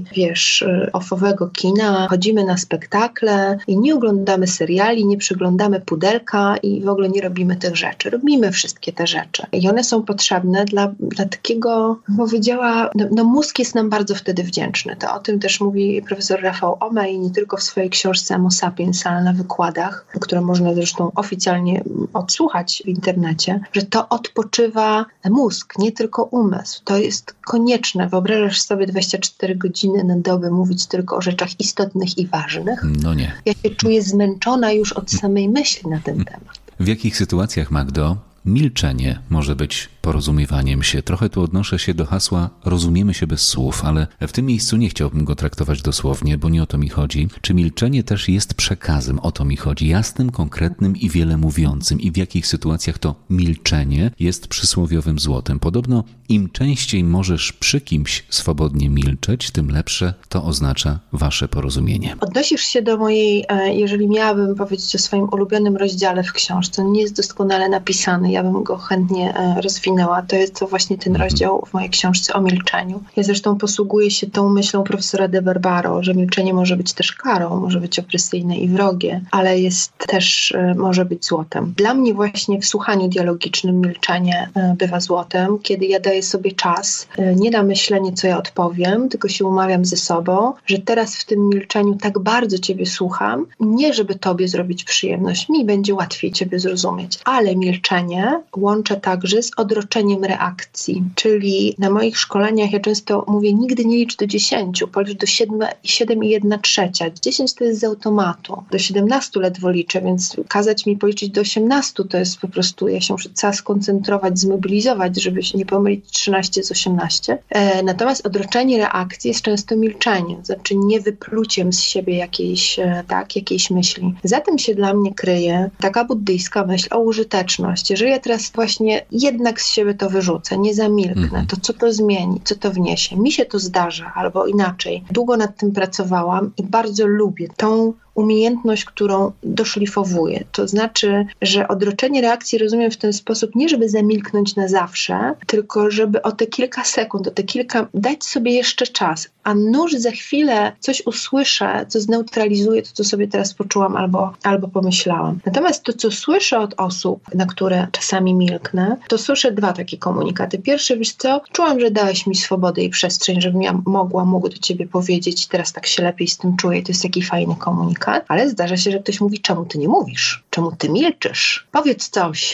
offowego kina, chodzimy na spektakle i nie oglądamy seriali, nie przeglądamy pudelka i w ogóle nie robimy tych rzeczy. Robimy wszystkie te rzeczy. I one są potrzebne dla takiego, powiedziała, mózg jest nam bardzo wtedy wdzięczny. To o tym też mówi profesor Rafał Omej, nie tylko w swojej książce Homo sapiens, ale na wykładach, które można zresztą oficjalnie odsłuchać w internecie, że to odpoczywa mózg, nie tylko umysł. To jest konieczne. Wyobrażasz sobie 24 godziny na dobę mówić tylko o rzeczach istotnych i ważnych? No nie. Ja się czuję zmęczona już od samej myśli na ten temat. W jakich sytuacjach, Magdo, milczenie może być porozumiewaniem się? Trochę tu odnoszę się do hasła rozumiemy się bez słów, ale w tym miejscu nie chciałbym go traktować dosłownie, bo nie o to mi chodzi. Czy milczenie też jest przekazem? O to mi chodzi. Jasnym, konkretnym i wiele mówiącym. I w jakich sytuacjach to milczenie jest przysłowiowym złotem? Podobno im częściej możesz przy kimś swobodnie milczeć, tym lepsze to oznacza wasze porozumienie. Odnosisz się do mojej, jeżeli miałabym powiedzieć o swoim ulubionym rozdziale w książce, nie jest doskonale napisany, ja bym go chętnie rozwinęła. To jest to właśnie ten rozdział w mojej książce o milczeniu. Ja zresztą posługuję się tą myślą profesora de Barbaro, że milczenie może być też karą, może być opresyjne i wrogie, ale jest też, może być złotem. Dla mnie właśnie w słuchaniu dialogicznym milczenie bywa złotem, kiedy ja daję sobie czas, nie na myślenie, co ja odpowiem, tylko się umawiam ze sobą, że teraz w tym milczeniu tak bardzo ciebie słucham, nie żeby tobie zrobić przyjemność, mi będzie łatwiej ciebie zrozumieć, ale milczenie łączę także z odroczeniem reakcji, czyli na moich szkoleniach ja często mówię, nigdy nie licz do 10, policz do 7 i 1/3. 10 to jest z automatu. Do 17 ledwo liczę, więc kazać mi policzyć do 18 to jest po prostu, ja się muszę cała skoncentrować, zmobilizować, żeby się nie pomylić 13 z 18. Natomiast odroczenie reakcji jest często milczeniem, znaczy nie wypluciem z siebie jakiejś myśli. Za tym się dla mnie kryje taka buddyjska myśl o użyteczności. Jeżeli ja teraz właśnie jednak z siebie to wyrzucę, nie zamilknę, to co to zmieni, co to wniesie? Mi się to zdarza, albo inaczej. Długo nad tym pracowałam i bardzo lubię tą umiejętność, którą doszlifowuję. To znaczy, że odroczenie reakcji rozumiem w ten sposób, nie żeby zamilknąć na zawsze, tylko żeby o te kilka sekund, dać sobie jeszcze czas, a nuż za chwilę coś usłyszę, co zneutralizuje to, co sobie teraz poczułam albo pomyślałam. Natomiast to, co słyszę od osób, na które czasami milknę, to słyszę dwa takie komunikaty. Pierwszy, wiesz co, czułam, że dałeś mi swobodę i przestrzeń, żebym ja mógł do ciebie powiedzieć, teraz tak się lepiej z tym czuję, to jest taki fajny komunikat. Ale zdarza się, że ktoś mówi, czemu ty nie mówisz? Czemu ty milczysz? Powiedz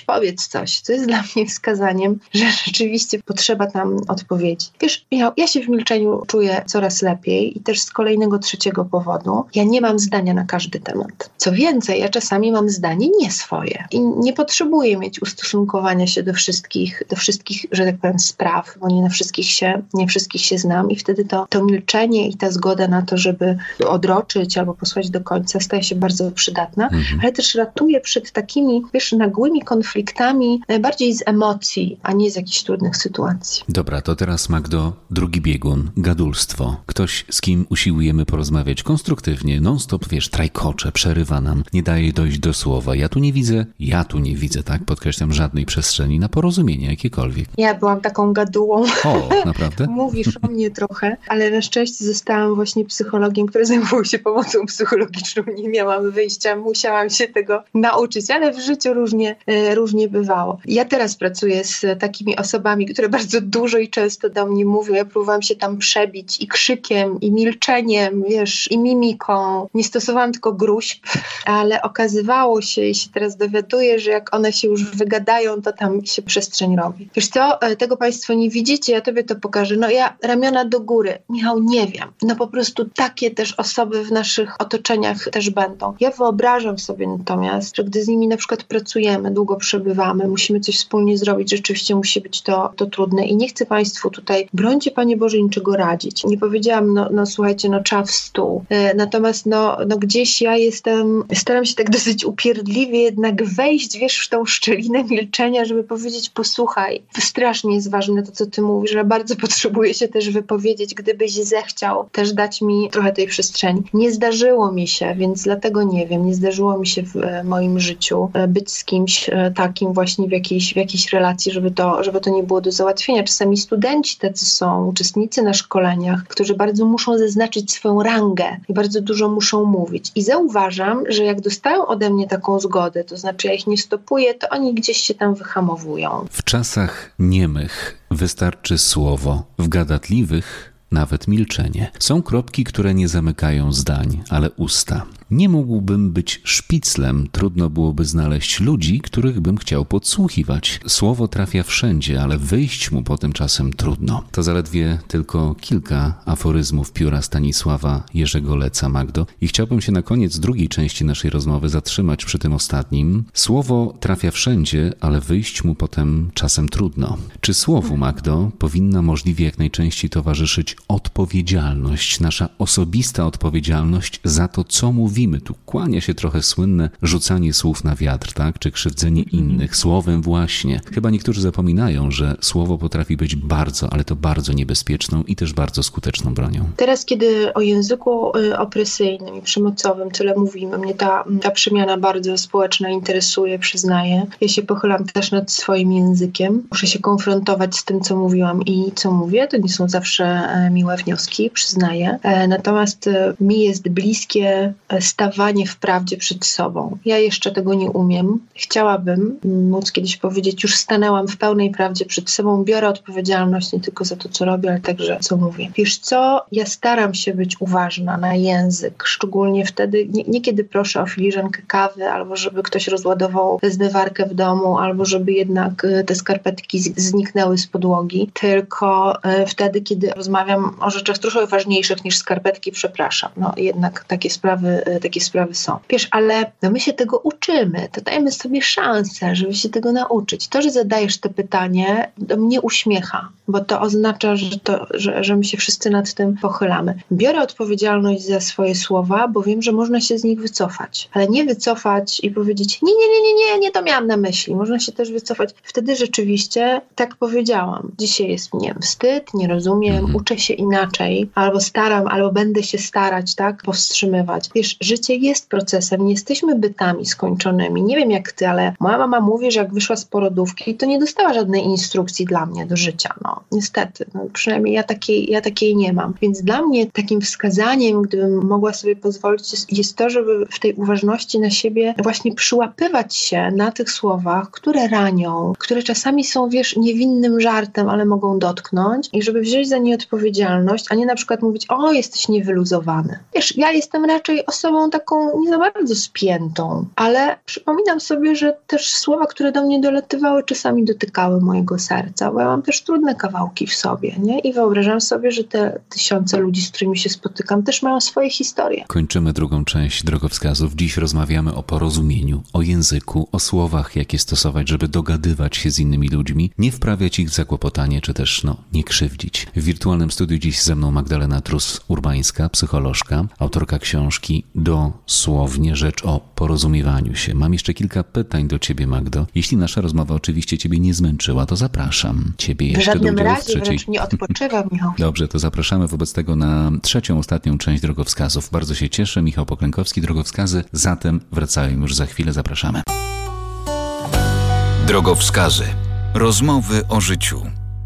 coś. Co jest dla mnie wskazaniem, że rzeczywiście potrzeba tam odpowiedzi. Wiesz, Michał, ja się w milczeniu czuję coraz lepiej i też z kolejnego trzeciego powodu. Ja nie mam zdania na każdy temat. Co więcej, ja czasami mam zdanie nie swoje i nie potrzebuję mieć ustosunkowania się do wszystkich, że tak powiem, spraw, bo nie wszystkich się znam i wtedy to milczenie i ta zgoda na to, żeby odroczyć albo posłać do końca, staje się bardzo przydatna, ale też ratuje przed takimi, wiesz, nagłymi konfliktami bardziej z emocji, a nie z jakichś trudnych sytuacji. Dobra, to teraz, Magdo, drugi biegun, gadulstwo. Ktoś, z kim usiłujemy porozmawiać konstruktywnie, non-stop, wiesz, trajkocze, przerywa nam, nie daje dojść do słowa. Ja tu nie widzę, tak? Podkreślam, żadnej przestrzeni na porozumienie jakiekolwiek. Ja byłam taką gadułą. O, naprawdę? Mówisz o mnie trochę, ale na szczęście zostałam właśnie psychologiem, który zajmował się pomocą psychologiczną. Nie miałam wyjścia, musiałam się tego nauczyć, ale w życiu różnie bywało. Ja teraz pracuję z takimi osobami, które bardzo dużo i często do mnie mówią. Ja próbowałam się tam przebić i krzykiem, i milczeniem, wiesz, i mimiką. Nie stosowałam tylko gruźb, ale okazywało się i się teraz dowiaduję, że jak one się już wygadają, to tam się przestrzeń robi. Wiesz co, tego Państwo nie widzicie, ja Tobie to pokażę. No ja ramiona do góry. Michał, nie wiem. No po prostu takie też osoby w naszych otoczeniach też będą. Ja wyobrażam sobie natomiast, że gdy z nimi na przykład pracujemy, długo przebywamy, musimy coś wspólnie zrobić, rzeczywiście musi być to trudne i nie chcę Państwu tutaj, brońcie Panie Boże, niczego radzić. Nie powiedziałam, no słuchajcie, czas w stół. Natomiast gdzieś ja staram się tak dosyć upierdliwie jednak wejść, wiesz, w tą szczelinę milczenia, żeby powiedzieć, posłuchaj, strasznie jest ważne to, co Ty mówisz, że bardzo potrzebuję się też wypowiedzieć, gdybyś zechciał też dać mi trochę tej przestrzeni. Nie zdarzyło mi się, więc dlatego nie wiem, nie zdarzyło mi się w moim życiu być z kimś takim właśnie w jakiejś relacji, żeby to nie było do załatwienia. Czasami studenci tacy są, uczestnicy na szkoleniach, którzy bardzo muszą zaznaczyć swoją rangę i bardzo dużo muszą mówić. I zauważam, że jak dostają ode mnie taką zgodę, to znaczy ja ich nie stopuję, to oni gdzieś się tam wyhamowują. W czasach niemych wystarczy słowo, w gadatliwych nawet milczenie. Są kropki, które nie zamykają zdań, ale usta. Nie mógłbym być szpiclem, trudno byłoby znaleźć ludzi, których bym chciał podsłuchiwać. Słowo trafia wszędzie, ale wyjść mu potem czasem trudno. To zaledwie tylko kilka aforyzmów pióra Stanisława Jerzego Leca, Magdo. I chciałbym się na koniec drugiej części naszej rozmowy zatrzymać przy tym ostatnim. Słowo trafia wszędzie, ale wyjść mu potem czasem trudno. Czy słowu, Magdo, powinna możliwie jak najczęściej towarzyszyć odpowiedzialność, nasza osobista odpowiedzialność za to, co mówimy? Tu kłania się trochę słynne rzucanie słów na wiatr, tak? Czy krzywdzenie innych słowem właśnie. Chyba niektórzy zapominają, że słowo potrafi być bardzo, ale to bardzo niebezpieczną i też bardzo skuteczną bronią. Teraz, kiedy o języku opresyjnym i przemocowym tyle mówimy, mnie ta przemiana bardzo społeczna interesuje, przyznaję. Ja się pochylam też nad swoim językiem. Muszę się konfrontować z tym, co mówiłam i co mówię. To nie są zawsze miłe wnioski, przyznaję. Natomiast mi jest bliskie stawanie w prawdzie przed sobą. Ja jeszcze tego nie umiem. Chciałabym móc kiedyś powiedzieć, już stanęłam w pełnej prawdzie przed sobą, biorę odpowiedzialność nie tylko za to, co robię, ale także co mówię. Wiesz co? Ja staram się być uważna na język, szczególnie wtedy, nie kiedy proszę o filiżankę kawy, albo żeby ktoś rozładował zmywarkę w domu, albo żeby jednak te skarpetki zniknęły z podłogi, tylko wtedy, kiedy rozmawiam o rzeczach trochę ważniejszych niż skarpetki, przepraszam. Jednak takie sprawy takie sprawy są. Wiesz, ale my się tego uczymy, to dajmy sobie szansę, żeby się tego nauczyć. To, że zadajesz to pytanie, to mnie uśmiecha, bo to oznacza, że my się wszyscy nad tym pochylamy. Biorę odpowiedzialność za swoje słowa, bo wiem, że można się z nich wycofać, ale nie wycofać i powiedzieć nie to miałam na myśli. Można się też wycofać. Wtedy rzeczywiście tak powiedziałam. Dzisiaj jest mnie wstyd, nie rozumiem, uczę się inaczej, albo będę się starać, tak, powstrzymywać. Wiesz, życie jest procesem, nie jesteśmy bytami skończonymi. Nie wiem jak ty, ale moja mama mówi, że jak wyszła z porodówki, to nie dostała żadnej instrukcji dla mnie do życia. No, niestety. No, przynajmniej ja takiej nie mam. Więc dla mnie takim wskazaniem, gdybym mogła sobie pozwolić, jest to, żeby w tej uważności na siebie właśnie przyłapywać się na tych słowach, które ranią, które czasami są, wiesz, niewinnym żartem, ale mogą dotknąć i żeby wziąć za nie odpowiedzialność, a nie na przykład mówić, jesteś niewyluzowany. Wiesz, ja jestem raczej osobą taką nie za bardzo spiętą, ale przypominam sobie, że też słowa, które do mnie dolatywały, czasami dotykały mojego serca, bo ja mam też trudne kawałki w sobie, nie? I wyobrażam sobie, że te tysiące ludzi, z którymi się spotykam, też mają swoje historie. Kończymy drugą część drogowskazów. Dziś rozmawiamy o porozumieniu, o języku, o słowach, jakie stosować, żeby dogadywać się z innymi ludźmi, nie wprawiać ich w zakłopotanie, czy też, nie krzywdzić. W wirtualnym studiu dziś ze mną Magdalena Trus-Urbańska, psycholożka, autorka książki Dosłownie rzecz o porozumiewaniu się. Mam jeszcze kilka pytań do ciebie, Magdo. Jeśli nasza rozmowa oczywiście ciebie nie zmęczyła, to zapraszam ciebie jeszcze do udziału w trzeciej. W żadnym razie, wręcz nie odpoczywam, Michał. Dobrze, to zapraszamy wobec tego na trzecią, ostatnią część drogowskazów. Bardzo się cieszę. Michał Poklękowski, drogowskazy. Zatem wracają już za chwilę. Zapraszamy. Drogowskazy. Rozmowy o życiu.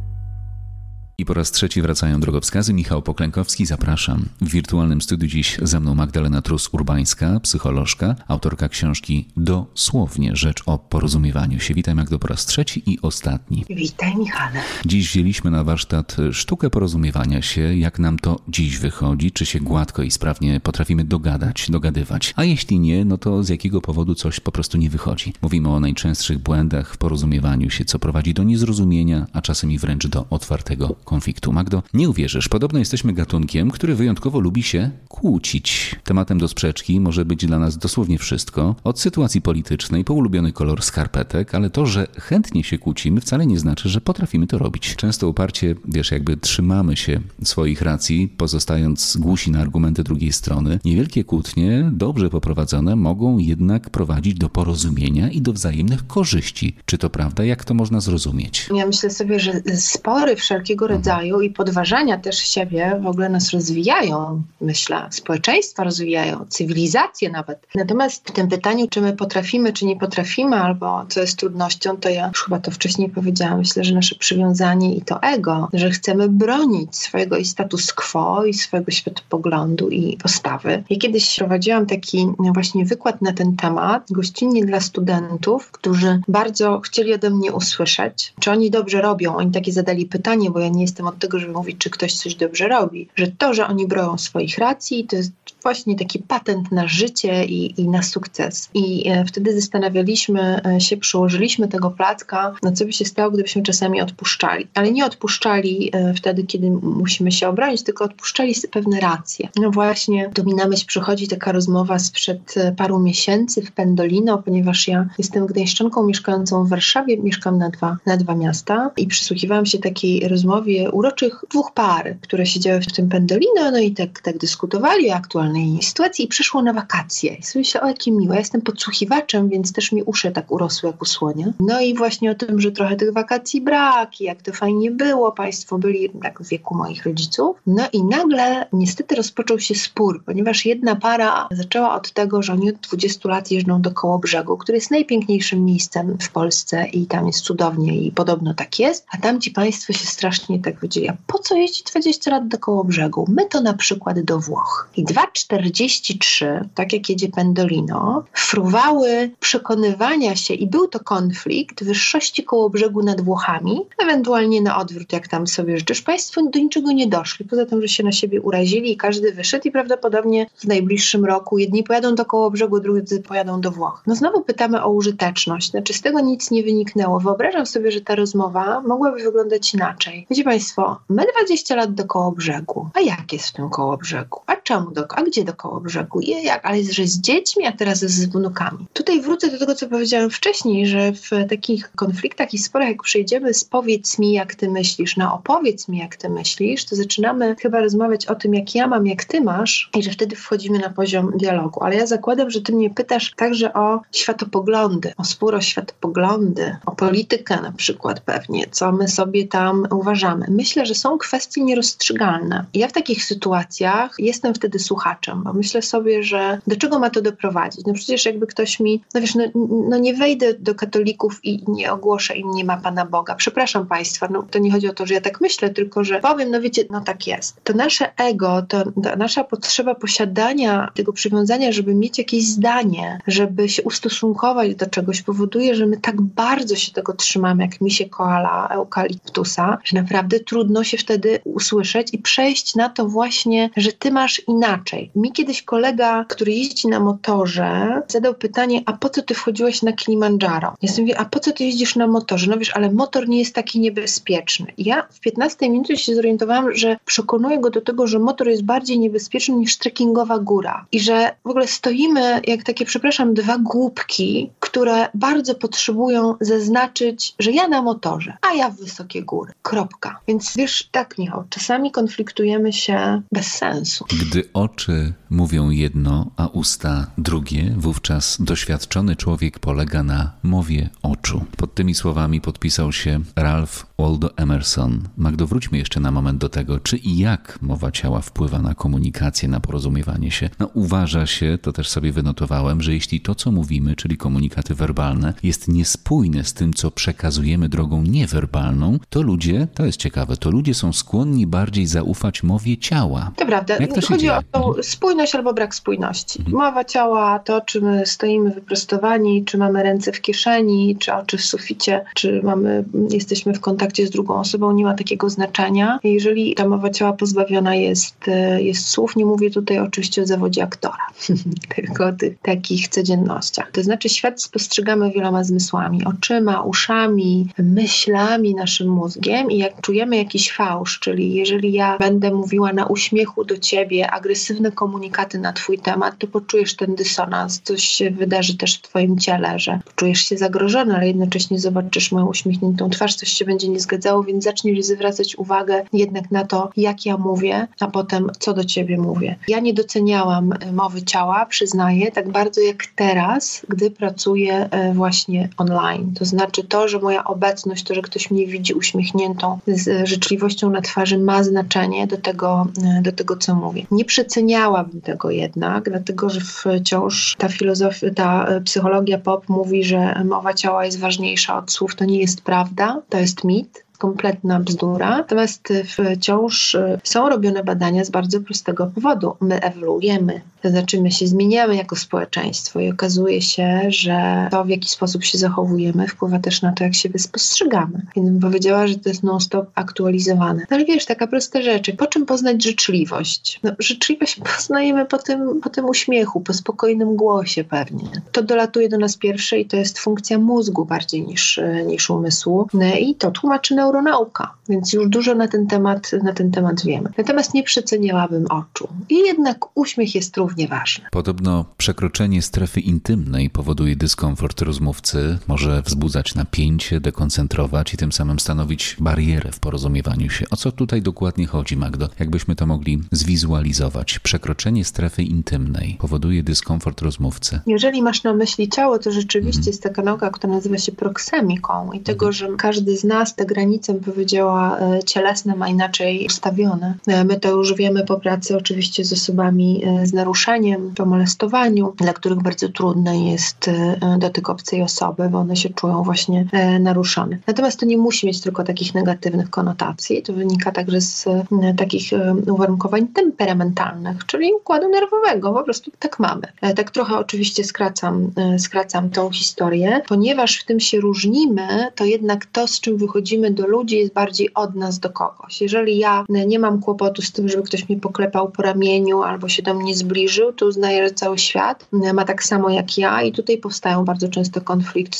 I po raz trzeci wracają drogowskazy. Michał Poklękowski, zapraszam. W wirtualnym studiu dziś ze mną Magdalena Trus-Urbańska, psycholożka, autorka książki Dosłownie rzecz o porozumiewaniu się. Witaj, Magdo, po raz trzeci i ostatni. Witaj, Michale. Dziś wzięliśmy na warsztat sztukę porozumiewania się, jak nam to dziś wychodzi, czy się gładko i sprawnie potrafimy dogadywać. A jeśli nie, to z jakiego powodu coś po prostu nie wychodzi. Mówimy o najczęstszych błędach w porozumiewaniu się, co prowadzi do niezrozumienia, a czasem i wręcz do otwartego konfliktu. Magdo, nie uwierzysz, podobno jesteśmy gatunkiem, który wyjątkowo lubi się kłócić. Tematem do sprzeczki może być dla nas dosłownie wszystko, od sytuacji politycznej po ulubiony kolor skarpetek, ale to, że chętnie się kłócimy, wcale nie znaczy, że potrafimy to robić. Często uparcie, jakby trzymamy się swoich racji, pozostając głusi na argumenty drugiej strony. Niewielkie kłótnie, dobrze poprowadzone, mogą jednak prowadzić do porozumienia i do wzajemnych korzyści. Czy to prawda? Jak to można zrozumieć? Ja myślę sobie, że spory wszelkiego rodzaju i podważania też siebie w ogóle nas rozwijają, myślę, społeczeństwa rozwijają, cywilizacje nawet. Natomiast w tym pytaniu, czy my potrafimy, czy nie potrafimy, albo co jest trudnością, to ja już chyba to wcześniej powiedziałam, myślę, że nasze przywiązanie i to ego, że chcemy bronić swojego i status quo, i swojego światopoglądu i postawy. Ja kiedyś prowadziłam taki właśnie wykład na ten temat, gościnnie dla studentów, którzy bardzo chcieli ode mnie usłyszeć, czy oni dobrze robią. Oni takie zadali pytanie, bo ja nie jestem od tego, żeby mówić, czy ktoś coś dobrze robi. Że to, że oni bronią swoich racji, to jest właśnie taki patent na życie i na sukces. I wtedy zastanawialiśmy się, przyłożyliśmy tego placka, co by się stało, gdybyśmy czasami odpuszczali. Ale nie odpuszczali wtedy, kiedy musimy się obronić, tylko odpuszczali pewne racje. No właśnie, tu mi na myśl przychodzi taka rozmowa sprzed paru miesięcy w Pendolino, ponieważ ja jestem gdańszczanką mieszkającą w Warszawie, mieszkam na dwa miasta i przysłuchiwałam się takiej rozmowie uroczych dwóch par, które siedziały w tym Pendolino, no i tak dyskutowali o aktualnej sytuacji i przyszło na wakacje. I sobie myślę, jakie miłe. Ja jestem podsłuchiwaczem, więc też mi uszy tak urosły jak u słonia. No i właśnie o tym, że trochę tych wakacji brak i jak to fajnie było. Państwo byli tak w wieku moich rodziców. No i nagle niestety rozpoczął się spór, ponieważ jedna para zaczęła od tego, że oni od 20 lat jeżdżą do Kołobrzegu, który jest najpiękniejszym miejscem w Polsce i tam jest cudownie i podobno tak jest. A tamci państwo się strasznie tak powiedzieli, a po co jeździć 20 lat do Kołobrzegu? My to na przykład do Włoch. I 2,43, tak jak jedzie Pendolino, fruwały przekonywania się i był to konflikt wyższości Kołobrzegu nad Włochami, ewentualnie na odwrót, jak tam sobie życzysz. Państwo do niczego nie doszli, poza tym, że się na siebie urazili i każdy wyszedł i prawdopodobnie w najbliższym roku jedni pojadą do Kołobrzegu, drudzy pojadą do Włoch. No znowu pytamy o użyteczność. Znaczy z tego nic nie wyniknęło. Wyobrażam sobie, że ta rozmowa mogłaby wyglądać inaczej. Wiecie Państwo, my 20 lat do Kołobrzegu. A jak jest w tym Kołobrzegu? A czemu? A gdzie do Kołobrzegu? Ale że z dziećmi, a teraz z wnukami. Tutaj wrócę do tego, co powiedziałam wcześniej, że w takich konfliktach i sporach, jak przejdziemy z powiedz mi, jak ty myślisz, na opowiedz mi, jak ty myślisz, to zaczynamy chyba rozmawiać o tym, jak ja mam, jak ty masz i że wtedy wchodzimy na poziom dialogu. Ale ja zakładam, że ty mnie pytasz także o światopoglądy, o spór o światopoglądy, o politykę na przykład pewnie, co my sobie tam uważamy. Myślę, że są kwestie nierozstrzygalne. Ja w takich sytuacjach jestem wtedy słuchaczem, bo myślę sobie, że do czego ma to doprowadzić? No przecież jakby ktoś mi, nie wejdę do katolików i nie ogłoszę im nie ma Pana Boga. Przepraszam Państwa, to nie chodzi o to, że ja tak myślę, tylko że powiem, wiecie, tak jest. To nasze ego, to nasza potrzeba posiadania tego przywiązania, żeby mieć jakieś zdanie, żeby się ustosunkować do czegoś, powoduje, że my tak bardzo się tego trzymamy, jak misie koala eukaliptusa, że naprawdę trudno się wtedy usłyszeć i przejść na to właśnie, że ty masz inaczej. Mi kiedyś kolega, który jeździ na motorze, zadał pytanie, a po co ty wchodziłeś na Kilimandżaro? Ja sobie mówię, a po co ty jeździsz na motorze? No wiesz, ale motor nie jest taki niebezpieczny. I ja w 15 minucie się zorientowałam, że przekonuję go do tego, że motor jest bardziej niebezpieczny niż trekkingowa góra. I że w ogóle stoimy jak takie, dwa głupki, które bardzo potrzebują zaznaczyć, że ja na motorze, a ja w wysokie góry. Kropka. Więc wiesz, tak Michał, czasami konfliktujemy się bez sensu. Gdy oczy mówią jedno, a usta drugie, wówczas doświadczony człowiek polega na mowie oczu. Pod tymi słowami podpisał się Ralph Waldo Emerson. Magdo, wróćmy jeszcze na moment do tego, czy i jak mowa ciała wpływa na komunikację, na porozumiewanie się. Uważa się, to też sobie wynotowałem, że jeśli to, co mówimy, czyli komunikaty werbalne, jest niespójne z tym, co przekazujemy drogą niewerbalną, to ludzie, to jest ciekawe, to ludzie są skłonni bardziej zaufać mowie ciała. To prawda. Chodzi o tą spójność albo brak spójności. Mowa ciała, to czy my stoimy wyprostowani, czy mamy ręce w kieszeni, czy oczy w suficie, czy jesteśmy w kontakcie z drugą osobą, nie ma takiego znaczenia. Jeżeli ta mowa ciała pozbawiona jest słów, nie mówię tutaj oczywiście o zawodzie aktora, tylko o tych takich codziennościach. To znaczy świat spostrzegamy wieloma zmysłami, oczyma, uszami, myślami, naszym mózgiem i jak czujemy jakiś fałsz, czyli jeżeli ja będę mówiła na uśmiechu do ciebie agresywne komunikaty na twój temat, to poczujesz ten dysonans, coś się wydarzy też w twoim ciele, że poczujesz się zagrożony, ale jednocześnie zobaczysz moją uśmiechniętą twarz, coś się będzie nie zgadzało, więc zaczniesz zwracać uwagę jednak na to, jak ja mówię, a potem co do ciebie mówię. Ja nie doceniałam mowy ciała, przyznaję, tak bardzo jak teraz, gdy pracuję właśnie online. To znaczy to, że moja obecność, to, że ktoś mnie widzi uśmiechniętą z życzliwością na twarzy ma znaczenie do tego, co mówię. Nie przeceniałabym tego jednak, dlatego, że wciąż ta psychologia pop mówi, że mowa ciała jest ważniejsza od słów. To nie jest prawda, to jest mit. Kompletna bzdura. Natomiast wciąż są robione badania z bardzo prostego powodu. My ewoluujemy. To znaczy my się zmieniamy jako społeczeństwo i okazuje się, że to, w jaki sposób się zachowujemy, wpływa też na to, jak siebie spostrzegamy. Więc bym powiedziała, że to jest non-stop aktualizowane. No ale wiesz, taka prosta rzecz. Po czym poznać życzliwość? Życzliwość poznajemy po tym uśmiechu, po spokojnym głosie pewnie. To dolatuje do nas pierwsze i to jest funkcja mózgu bardziej niż umysłu. I to tłumaczy neuronauka, więc już dużo na ten temat wiemy. Natomiast nie przeceniałabym oczu. I jednak uśmiech jest równie ważny. Podobno przekroczenie strefy intymnej powoduje dyskomfort rozmówcy, może wzbudzać napięcie, dekoncentrować i tym samym stanowić barierę w porozumiewaniu się. O co tutaj dokładnie chodzi, Magdo? Jakbyśmy to mogli zwizualizować? Przekroczenie strefy intymnej powoduje dyskomfort rozmówcy. Jeżeli masz na myśli ciało, to rzeczywiście jest taka nauka, która nazywa się proksemiką i tego, że każdy z nas te granice, powiedziała, cielesne ma inaczej ustawione. My to już wiemy po pracy oczywiście z osobami z naruszeniem, po molestowaniu, dla których bardzo trudny jest dotyk obcej osoby, bo one się czują właśnie naruszone. Natomiast to nie musi mieć tylko takich negatywnych konotacji. To wynika także z takich uwarunkowań temperamentalnych, czyli układu nerwowego. Po prostu tak mamy. Tak trochę oczywiście skracam tą historię. Ponieważ w tym się różnimy, to jednak to, z czym wychodzimy do do ludzi jest bardziej od nas do kogoś. Jeżeli ja nie mam kłopotu z tym, żeby ktoś mnie poklepał po ramieniu albo się do mnie zbliżył, to uznaję, że cały świat ma tak samo jak ja i tutaj powstają bardzo często konflikty.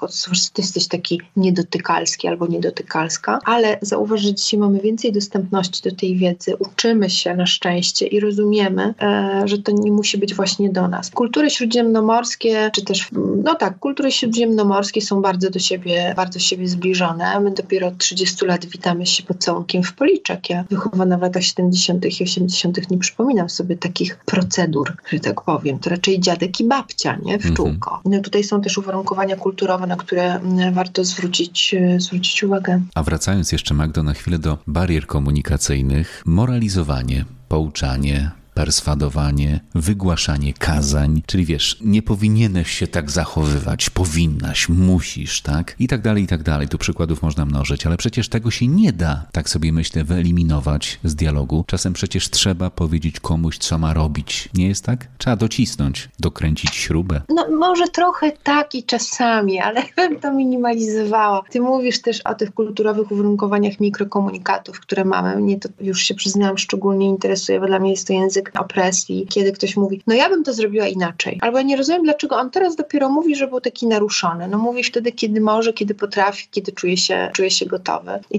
Ty jesteś taki niedotykalski albo niedotykalska, ale zauważ, że dzisiaj mamy więcej dostępności do tej wiedzy, uczymy się na szczęście i rozumiemy, że to nie musi być właśnie do nas. Kultury śródziemnomorskie, czy też, kultury śródziemnomorskie są bardzo do siebie zbliżone. My dopiero od 30 lat witamy się pocałunkiem w policzek. Ja wychowana w latach 70. i 80. nie przypominam sobie takich procedur, że tak powiem. To raczej dziadek i babcia, nie? W czółko. No tutaj są też uwarunkowania kulturowe, na które warto zwrócić uwagę. A wracając jeszcze, Magdo, na chwilę do barier komunikacyjnych, moralizowanie, pouczanie, perswadowanie, wygłaszanie kazań, czyli wiesz, nie powinieneś się tak zachowywać, powinnaś, musisz, tak? I tak dalej. Tu przykładów można mnożyć, ale przecież tego się nie da, tak sobie myślę, wyeliminować z dialogu. Czasem przecież trzeba powiedzieć komuś, co ma robić. Nie jest tak? Trzeba docisnąć, dokręcić śrubę. No może trochę tak i czasami, ale bym to minimalizowała. Ty mówisz też o tych kulturowych uwarunkowaniach mikrokomunikatów, które mamy. Mnie to, już się przyznałam, szczególnie interesuje, bo dla mnie jest to język opresji, kiedy ktoś mówi, no ja bym to zrobiła inaczej. Albo ja nie rozumiem, dlaczego on teraz dopiero mówi, że był taki naruszony. No mówi wtedy, kiedy może, kiedy potrafi, kiedy czuje się gotowy. I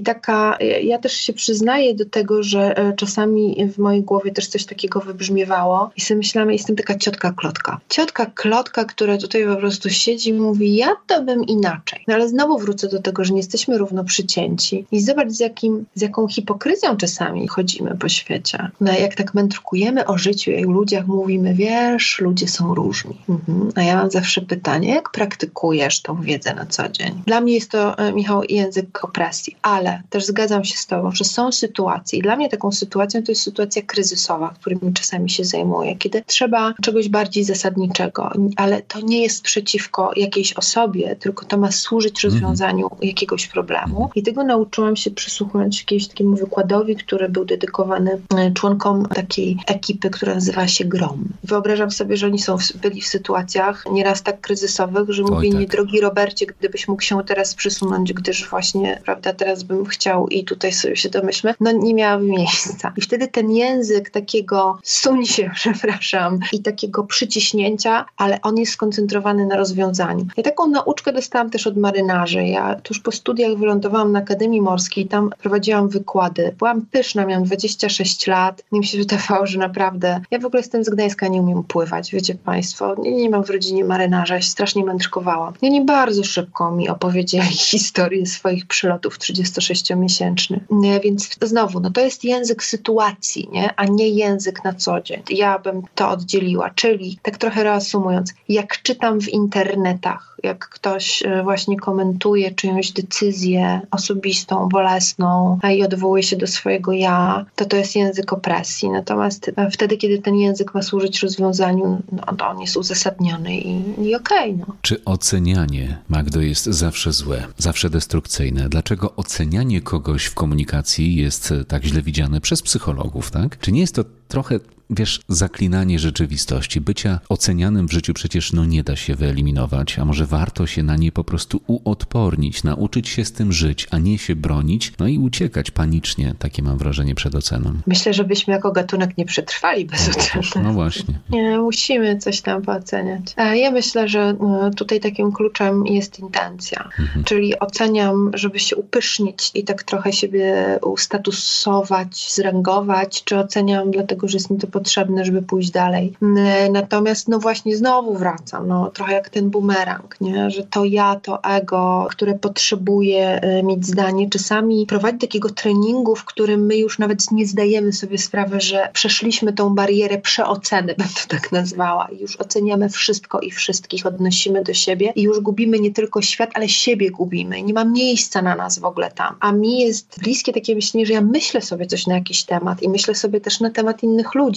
ja też się przyznaję do tego, że czasami w mojej głowie też coś takiego wybrzmiewało i sobie myślałam, jestem taka ciotka Klotka. Ciotka Klotka, która tutaj po prostu siedzi i mówi, ja to bym inaczej. No ale znowu wrócę do tego, że nie jesteśmy równo przycięci. I zobacz, z jaką hipokryzją czasami chodzimy po świecie. No jak tak mędrkujemy o życiu i o ludziach, mówimy, wiesz, ludzie są różni. A ja mam zawsze pytanie, jak praktykujesz tą wiedzę na co dzień? Dla mnie jest to, Michał, język opresji, ale też zgadzam się z tobą, że są sytuacje i dla mnie taką sytuacją to jest sytuacja kryzysowa, którymi czasami się zajmuję, kiedy trzeba czegoś bardziej zasadniczego, ale to nie jest przeciwko jakiejś osobie, tylko to ma służyć rozwiązaniu jakiegoś problemu. I tego nauczyłam się przysłuchując jakiemuś takiemu wykładowi, który był dedykowany członkom takiej ekipy, która nazywa się Grom. Wyobrażam sobie, że oni byli w sytuacjach nieraz tak kryzysowych, że mówię, tak. Nie, drogi Robercie, gdybyś mógł się teraz przysunąć, gdyż właśnie, prawda, teraz bym chciał i tutaj sobie się domyślmy, no nie miałaby miejsca. I wtedy ten język takiego suń się, przepraszam, i takiego przyciśnięcia, ale on jest skoncentrowany na rozwiązaniu. Ja taką nauczkę dostałam też od marynarzy. Ja tuż po studiach wylądowałam na Akademii Morskiej i tam prowadziłam wykłady. Byłam pyszna, miałam 26 lat. Mi się wydawało, że naprawdę... Ja w ogóle jestem z Gdańska, nie umiem pływać, wiecie państwo. Nie mam w rodzinie marynarza, ja się strasznie mędrkowałam. I oni bardzo szybko mi opowiedzieli historię swoich przylotów 36-miesięcznych. Więc znowu, no to jest język sytuacji, nie? A nie język na co dzień. Ja bym to oddzieliła. Czyli, tak trochę reasumując, jak czytam w internetach, jak ktoś właśnie komentuje czyjąś decyzję osobistą, bolesną i odwołuje się do swojego ja, to jest język opresji. Natomiast wtedy, kiedy ten język ma służyć rozwiązaniu, no to on jest uzasadniony i okej. No. Czy ocenianie, Magdo, jest zawsze złe, zawsze destrukcyjne? Dlaczego ocenianie kogoś w komunikacji jest tak źle widziane przez psychologów, tak? Czy nie jest to trochę, wiesz, zaklinanie rzeczywistości? Bycia ocenianym w życiu przecież nie da się wyeliminować, a może warto się na nie po prostu uodpornić, nauczyć się z tym żyć, a nie się bronić, i uciekać panicznie, takie mam wrażenie, przed oceną. Myślę, że byśmy jako gatunek nie przetrwali bez oceny. No właśnie. Nie, musimy coś tam pooceniać. Ja myślę, że tutaj takim kluczem jest intencja, czyli oceniam, żeby się upysznić i tak trochę siebie ustatusować, zrangować, czy oceniam dlatego, że jest mi to potrzebne, żeby pójść dalej. Natomiast właśnie znowu wracam, trochę jak ten bumerang, nie? Że to ja, to ego, które potrzebuje mieć zdanie, czasami prowadzi takiego treningu, w którym my już nawet nie zdajemy sobie sprawy, że przeszliśmy tą barierę przeoceny, bym to tak nazwała, i już oceniamy wszystko i wszystkich, odnosimy do siebie i już gubimy nie tylko świat, ale siebie gubimy. Nie ma miejsca na nas w ogóle tam. A mi jest bliskie takie myślenie, że ja myślę sobie coś na jakiś temat i myślę sobie też na temat innych ludzi.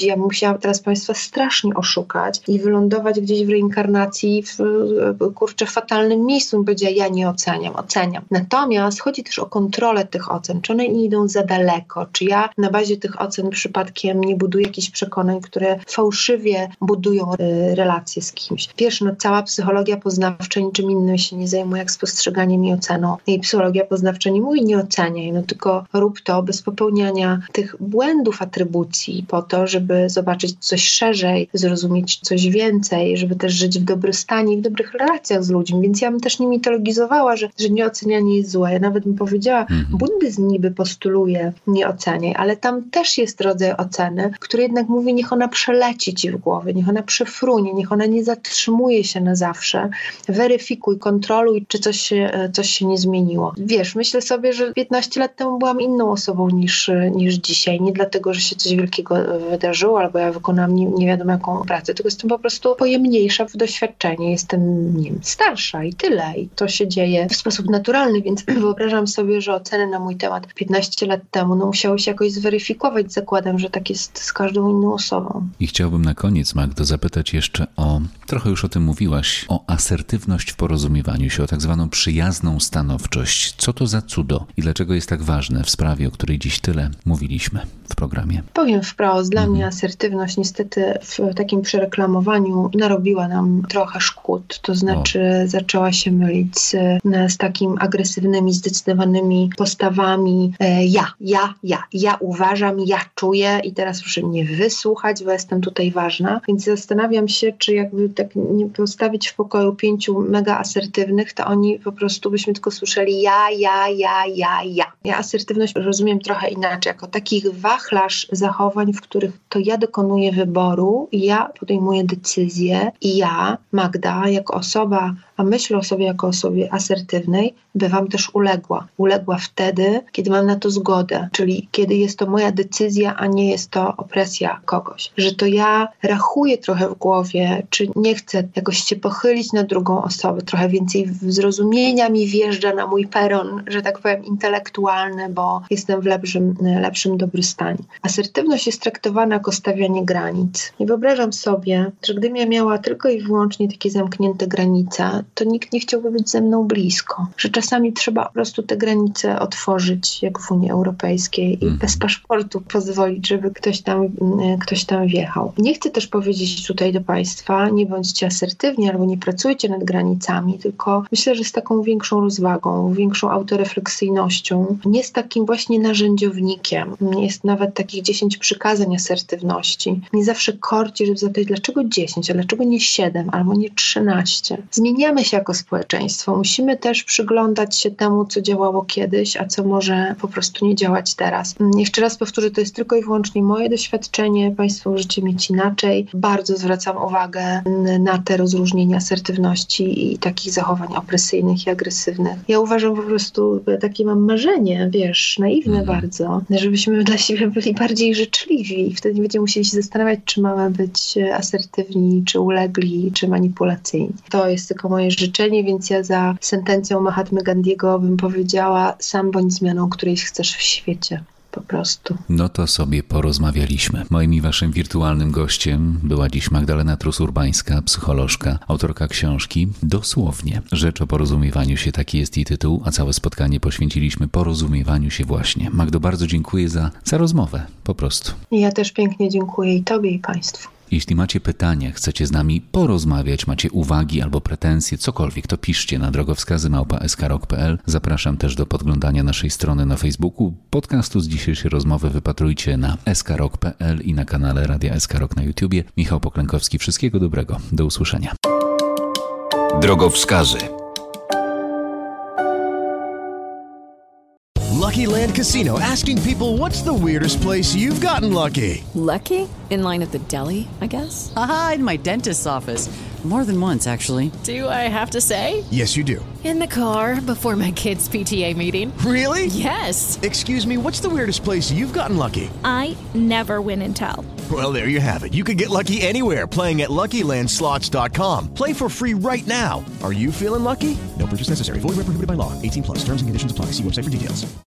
Ja bym musiała teraz Państwa strasznie oszukać i wylądować gdzieś w reinkarnacji w fatalnym miejscu. Bym powiedziała, ja nie oceniam. Natomiast chodzi też o kontrolę tych ocen. Czy one nie idą za daleko? Czy ja na bazie tych ocen przypadkiem nie buduję jakichś przekonań, które fałszywie budują relacje z kimś? Wiesz, cała psychologia poznawcza niczym innym się nie zajmuje jak spostrzeganiem i oceną. I psychologia poznawcza nie mówi, nie oceniaj, tylko rób to bez popełniania tych błędów atrybucji po to, żeby zobaczyć coś szerzej, zrozumieć coś więcej, żeby też żyć w dobrostanie i w dobrych relacjach z ludźmi. Więc ja bym też nie mitologizowała, że nieocenianie jest złe. Ja nawet bym powiedziała, buddyzm niby postuluje nie oceniaj, ale tam też jest rodzaj oceny, który jednak mówi, niech ona przeleci ci w głowie, niech ona przefrunie, niech ona nie zatrzymuje się na zawsze. Weryfikuj, kontroluj, czy coś się nie zmieniło. Wiesz, myślę sobie, że 15 lat temu byłam inną osobą niż dzisiaj. Nie dlatego, że się coś wielkiego wydarzyło, albo ja wykonałam nie wiadomo jaką pracę, tylko jestem po prostu pojemniejsza w doświadczenie. Jestem, nie wiem, starsza i tyle. I to się dzieje w sposób naturalny, więc wyobrażam sobie, że oceny na mój temat 15 lat temu musiały się jakoś zweryfikować. Zakładam, że tak jest z każdą inną osobą. I chciałbym na koniec, Magdo, zapytać jeszcze trochę już o tym mówiłaś, o asertywność w porozumiewaniu się, o tak zwaną przyjazną stanowczość. Co to za cudo i dlaczego jest tak ważne w sprawie, o której dziś tyle mówiliśmy w programie? Powiem wprost, dla mnie asertywność niestety w takim przereklamowaniu narobiła nam trochę szkód. To znaczy zaczęła się mylić z takim agresywnymi, zdecydowanymi postawami. Ja uważam, ja czuję i teraz proszę mnie wysłuchać, bo jestem tutaj ważna. Więc zastanawiam się, czy jakby tak nie postawić w pokoju 5 mega asertywnych, to oni po prostu byśmy tylko słyszeli ja. Ja asertywność rozumiem trochę inaczej, jako takich wachlarz zachowań, w których to ja dokonuję wyboru, ja podejmuję decyzję i ja, Magda, jako osoba, a myślę o sobie jako osobie asertywnej, bywam też uległa. Uległa wtedy, kiedy mam na to zgodę, czyli kiedy jest to moja decyzja, a nie jest to opresja kogoś. Że to ja rachuję trochę w głowie, czy nie chcę jakoś się pochylić na drugą osobę, trochę więcej zrozumienia mi wjeżdża na mój peron, że tak powiem, intelektualny, bo jestem w lepszym dobrostanie. Asertywność jest traktowana jako stawianie granic. I wyobrażam sobie, że gdybym ja miała tylko i wyłącznie takie zamknięte granice, to nikt nie chciałby być ze mną blisko. Że czasami trzeba po prostu te granice otworzyć, jak w Unii Europejskiej i bez paszportu pozwolić, żeby ktoś tam wjechał. Nie chcę też powiedzieć tutaj do Państwa, nie bądźcie asertywni albo nie pracujcie nad granicami, tylko myślę, że z taką większą rozwagą, większą autorefleksyjnością, nie z takim właśnie narzędziownikiem. Jest nawet takich 10 przykazań asertywności. Nie zawsze korci, żeby zapytać, dlaczego 10, a dlaczego nie 7 albo nie 13. Zmieniamy się jako społeczeństwo. Musimy też przyglądać się temu, co działało kiedyś, a co może po prostu nie działać teraz. Jeszcze raz powtórzę, to jest tylko i wyłącznie moje doświadczenie. Państwo możecie mieć inaczej. Bardzo zwracam uwagę na te rozróżnienia asertywności i takich zachowań opresyjnych i agresywnych. Ja uważam po prostu, takie mam marzenie, naiwne bardzo, żebyśmy dla siebie byli bardziej życzliwi i wtedy nie będziemy musieli się zastanawiać, czy mamy być asertywni, czy ulegli, czy manipulacyjni. To jest tylko moje życzenie, więc ja za sentencją Mahatmy Gandiego bym powiedziała, sam bądź zmianą, której chcesz w świecie. Po prostu. No to sobie porozmawialiśmy. Moim i waszym wirtualnym gościem była dziś Magdalena Trus-Urbańska, psycholożka, autorka książki Dosłownie. Rzecz o porozumiewaniu się, taki jest jej tytuł, a całe spotkanie poświęciliśmy porozumiewaniu się właśnie. Magdo, bardzo dziękuję za rozmowę, po prostu. Ja też pięknie dziękuję i Tobie, i Państwu. Jeśli macie pytania, chcecie z nami porozmawiać, macie uwagi albo pretensje, cokolwiek, to piszcie na drogowskazy@skrok.pl. Zapraszam też do podglądania naszej strony na Facebooku. Podcastu z dzisiejszej rozmowy wypatrujcie na skrok.pl i na kanale Radia SK Rock na YouTubie. Michał Poklękowski, wszystkiego dobrego. Do usłyszenia. Drogowskazy. Lucky Land Casino, asking people, what's the weirdest place you've gotten lucky? Lucky? In line at the deli, I guess? Aha, in my dentist's office. More than once, actually. Do I have to say? Yes, you do. In the car before my kids' PTA meeting. Really? Yes. Excuse me, what's the weirdest place you've gotten lucky? I never win and tell. Well, there you have it. You can get lucky anywhere, playing at LuckyLandSlots.com. Play for free right now. Are you feeling lucky? No purchase necessary. Void where prohibited by law. 18+. Terms and conditions apply. See website for details.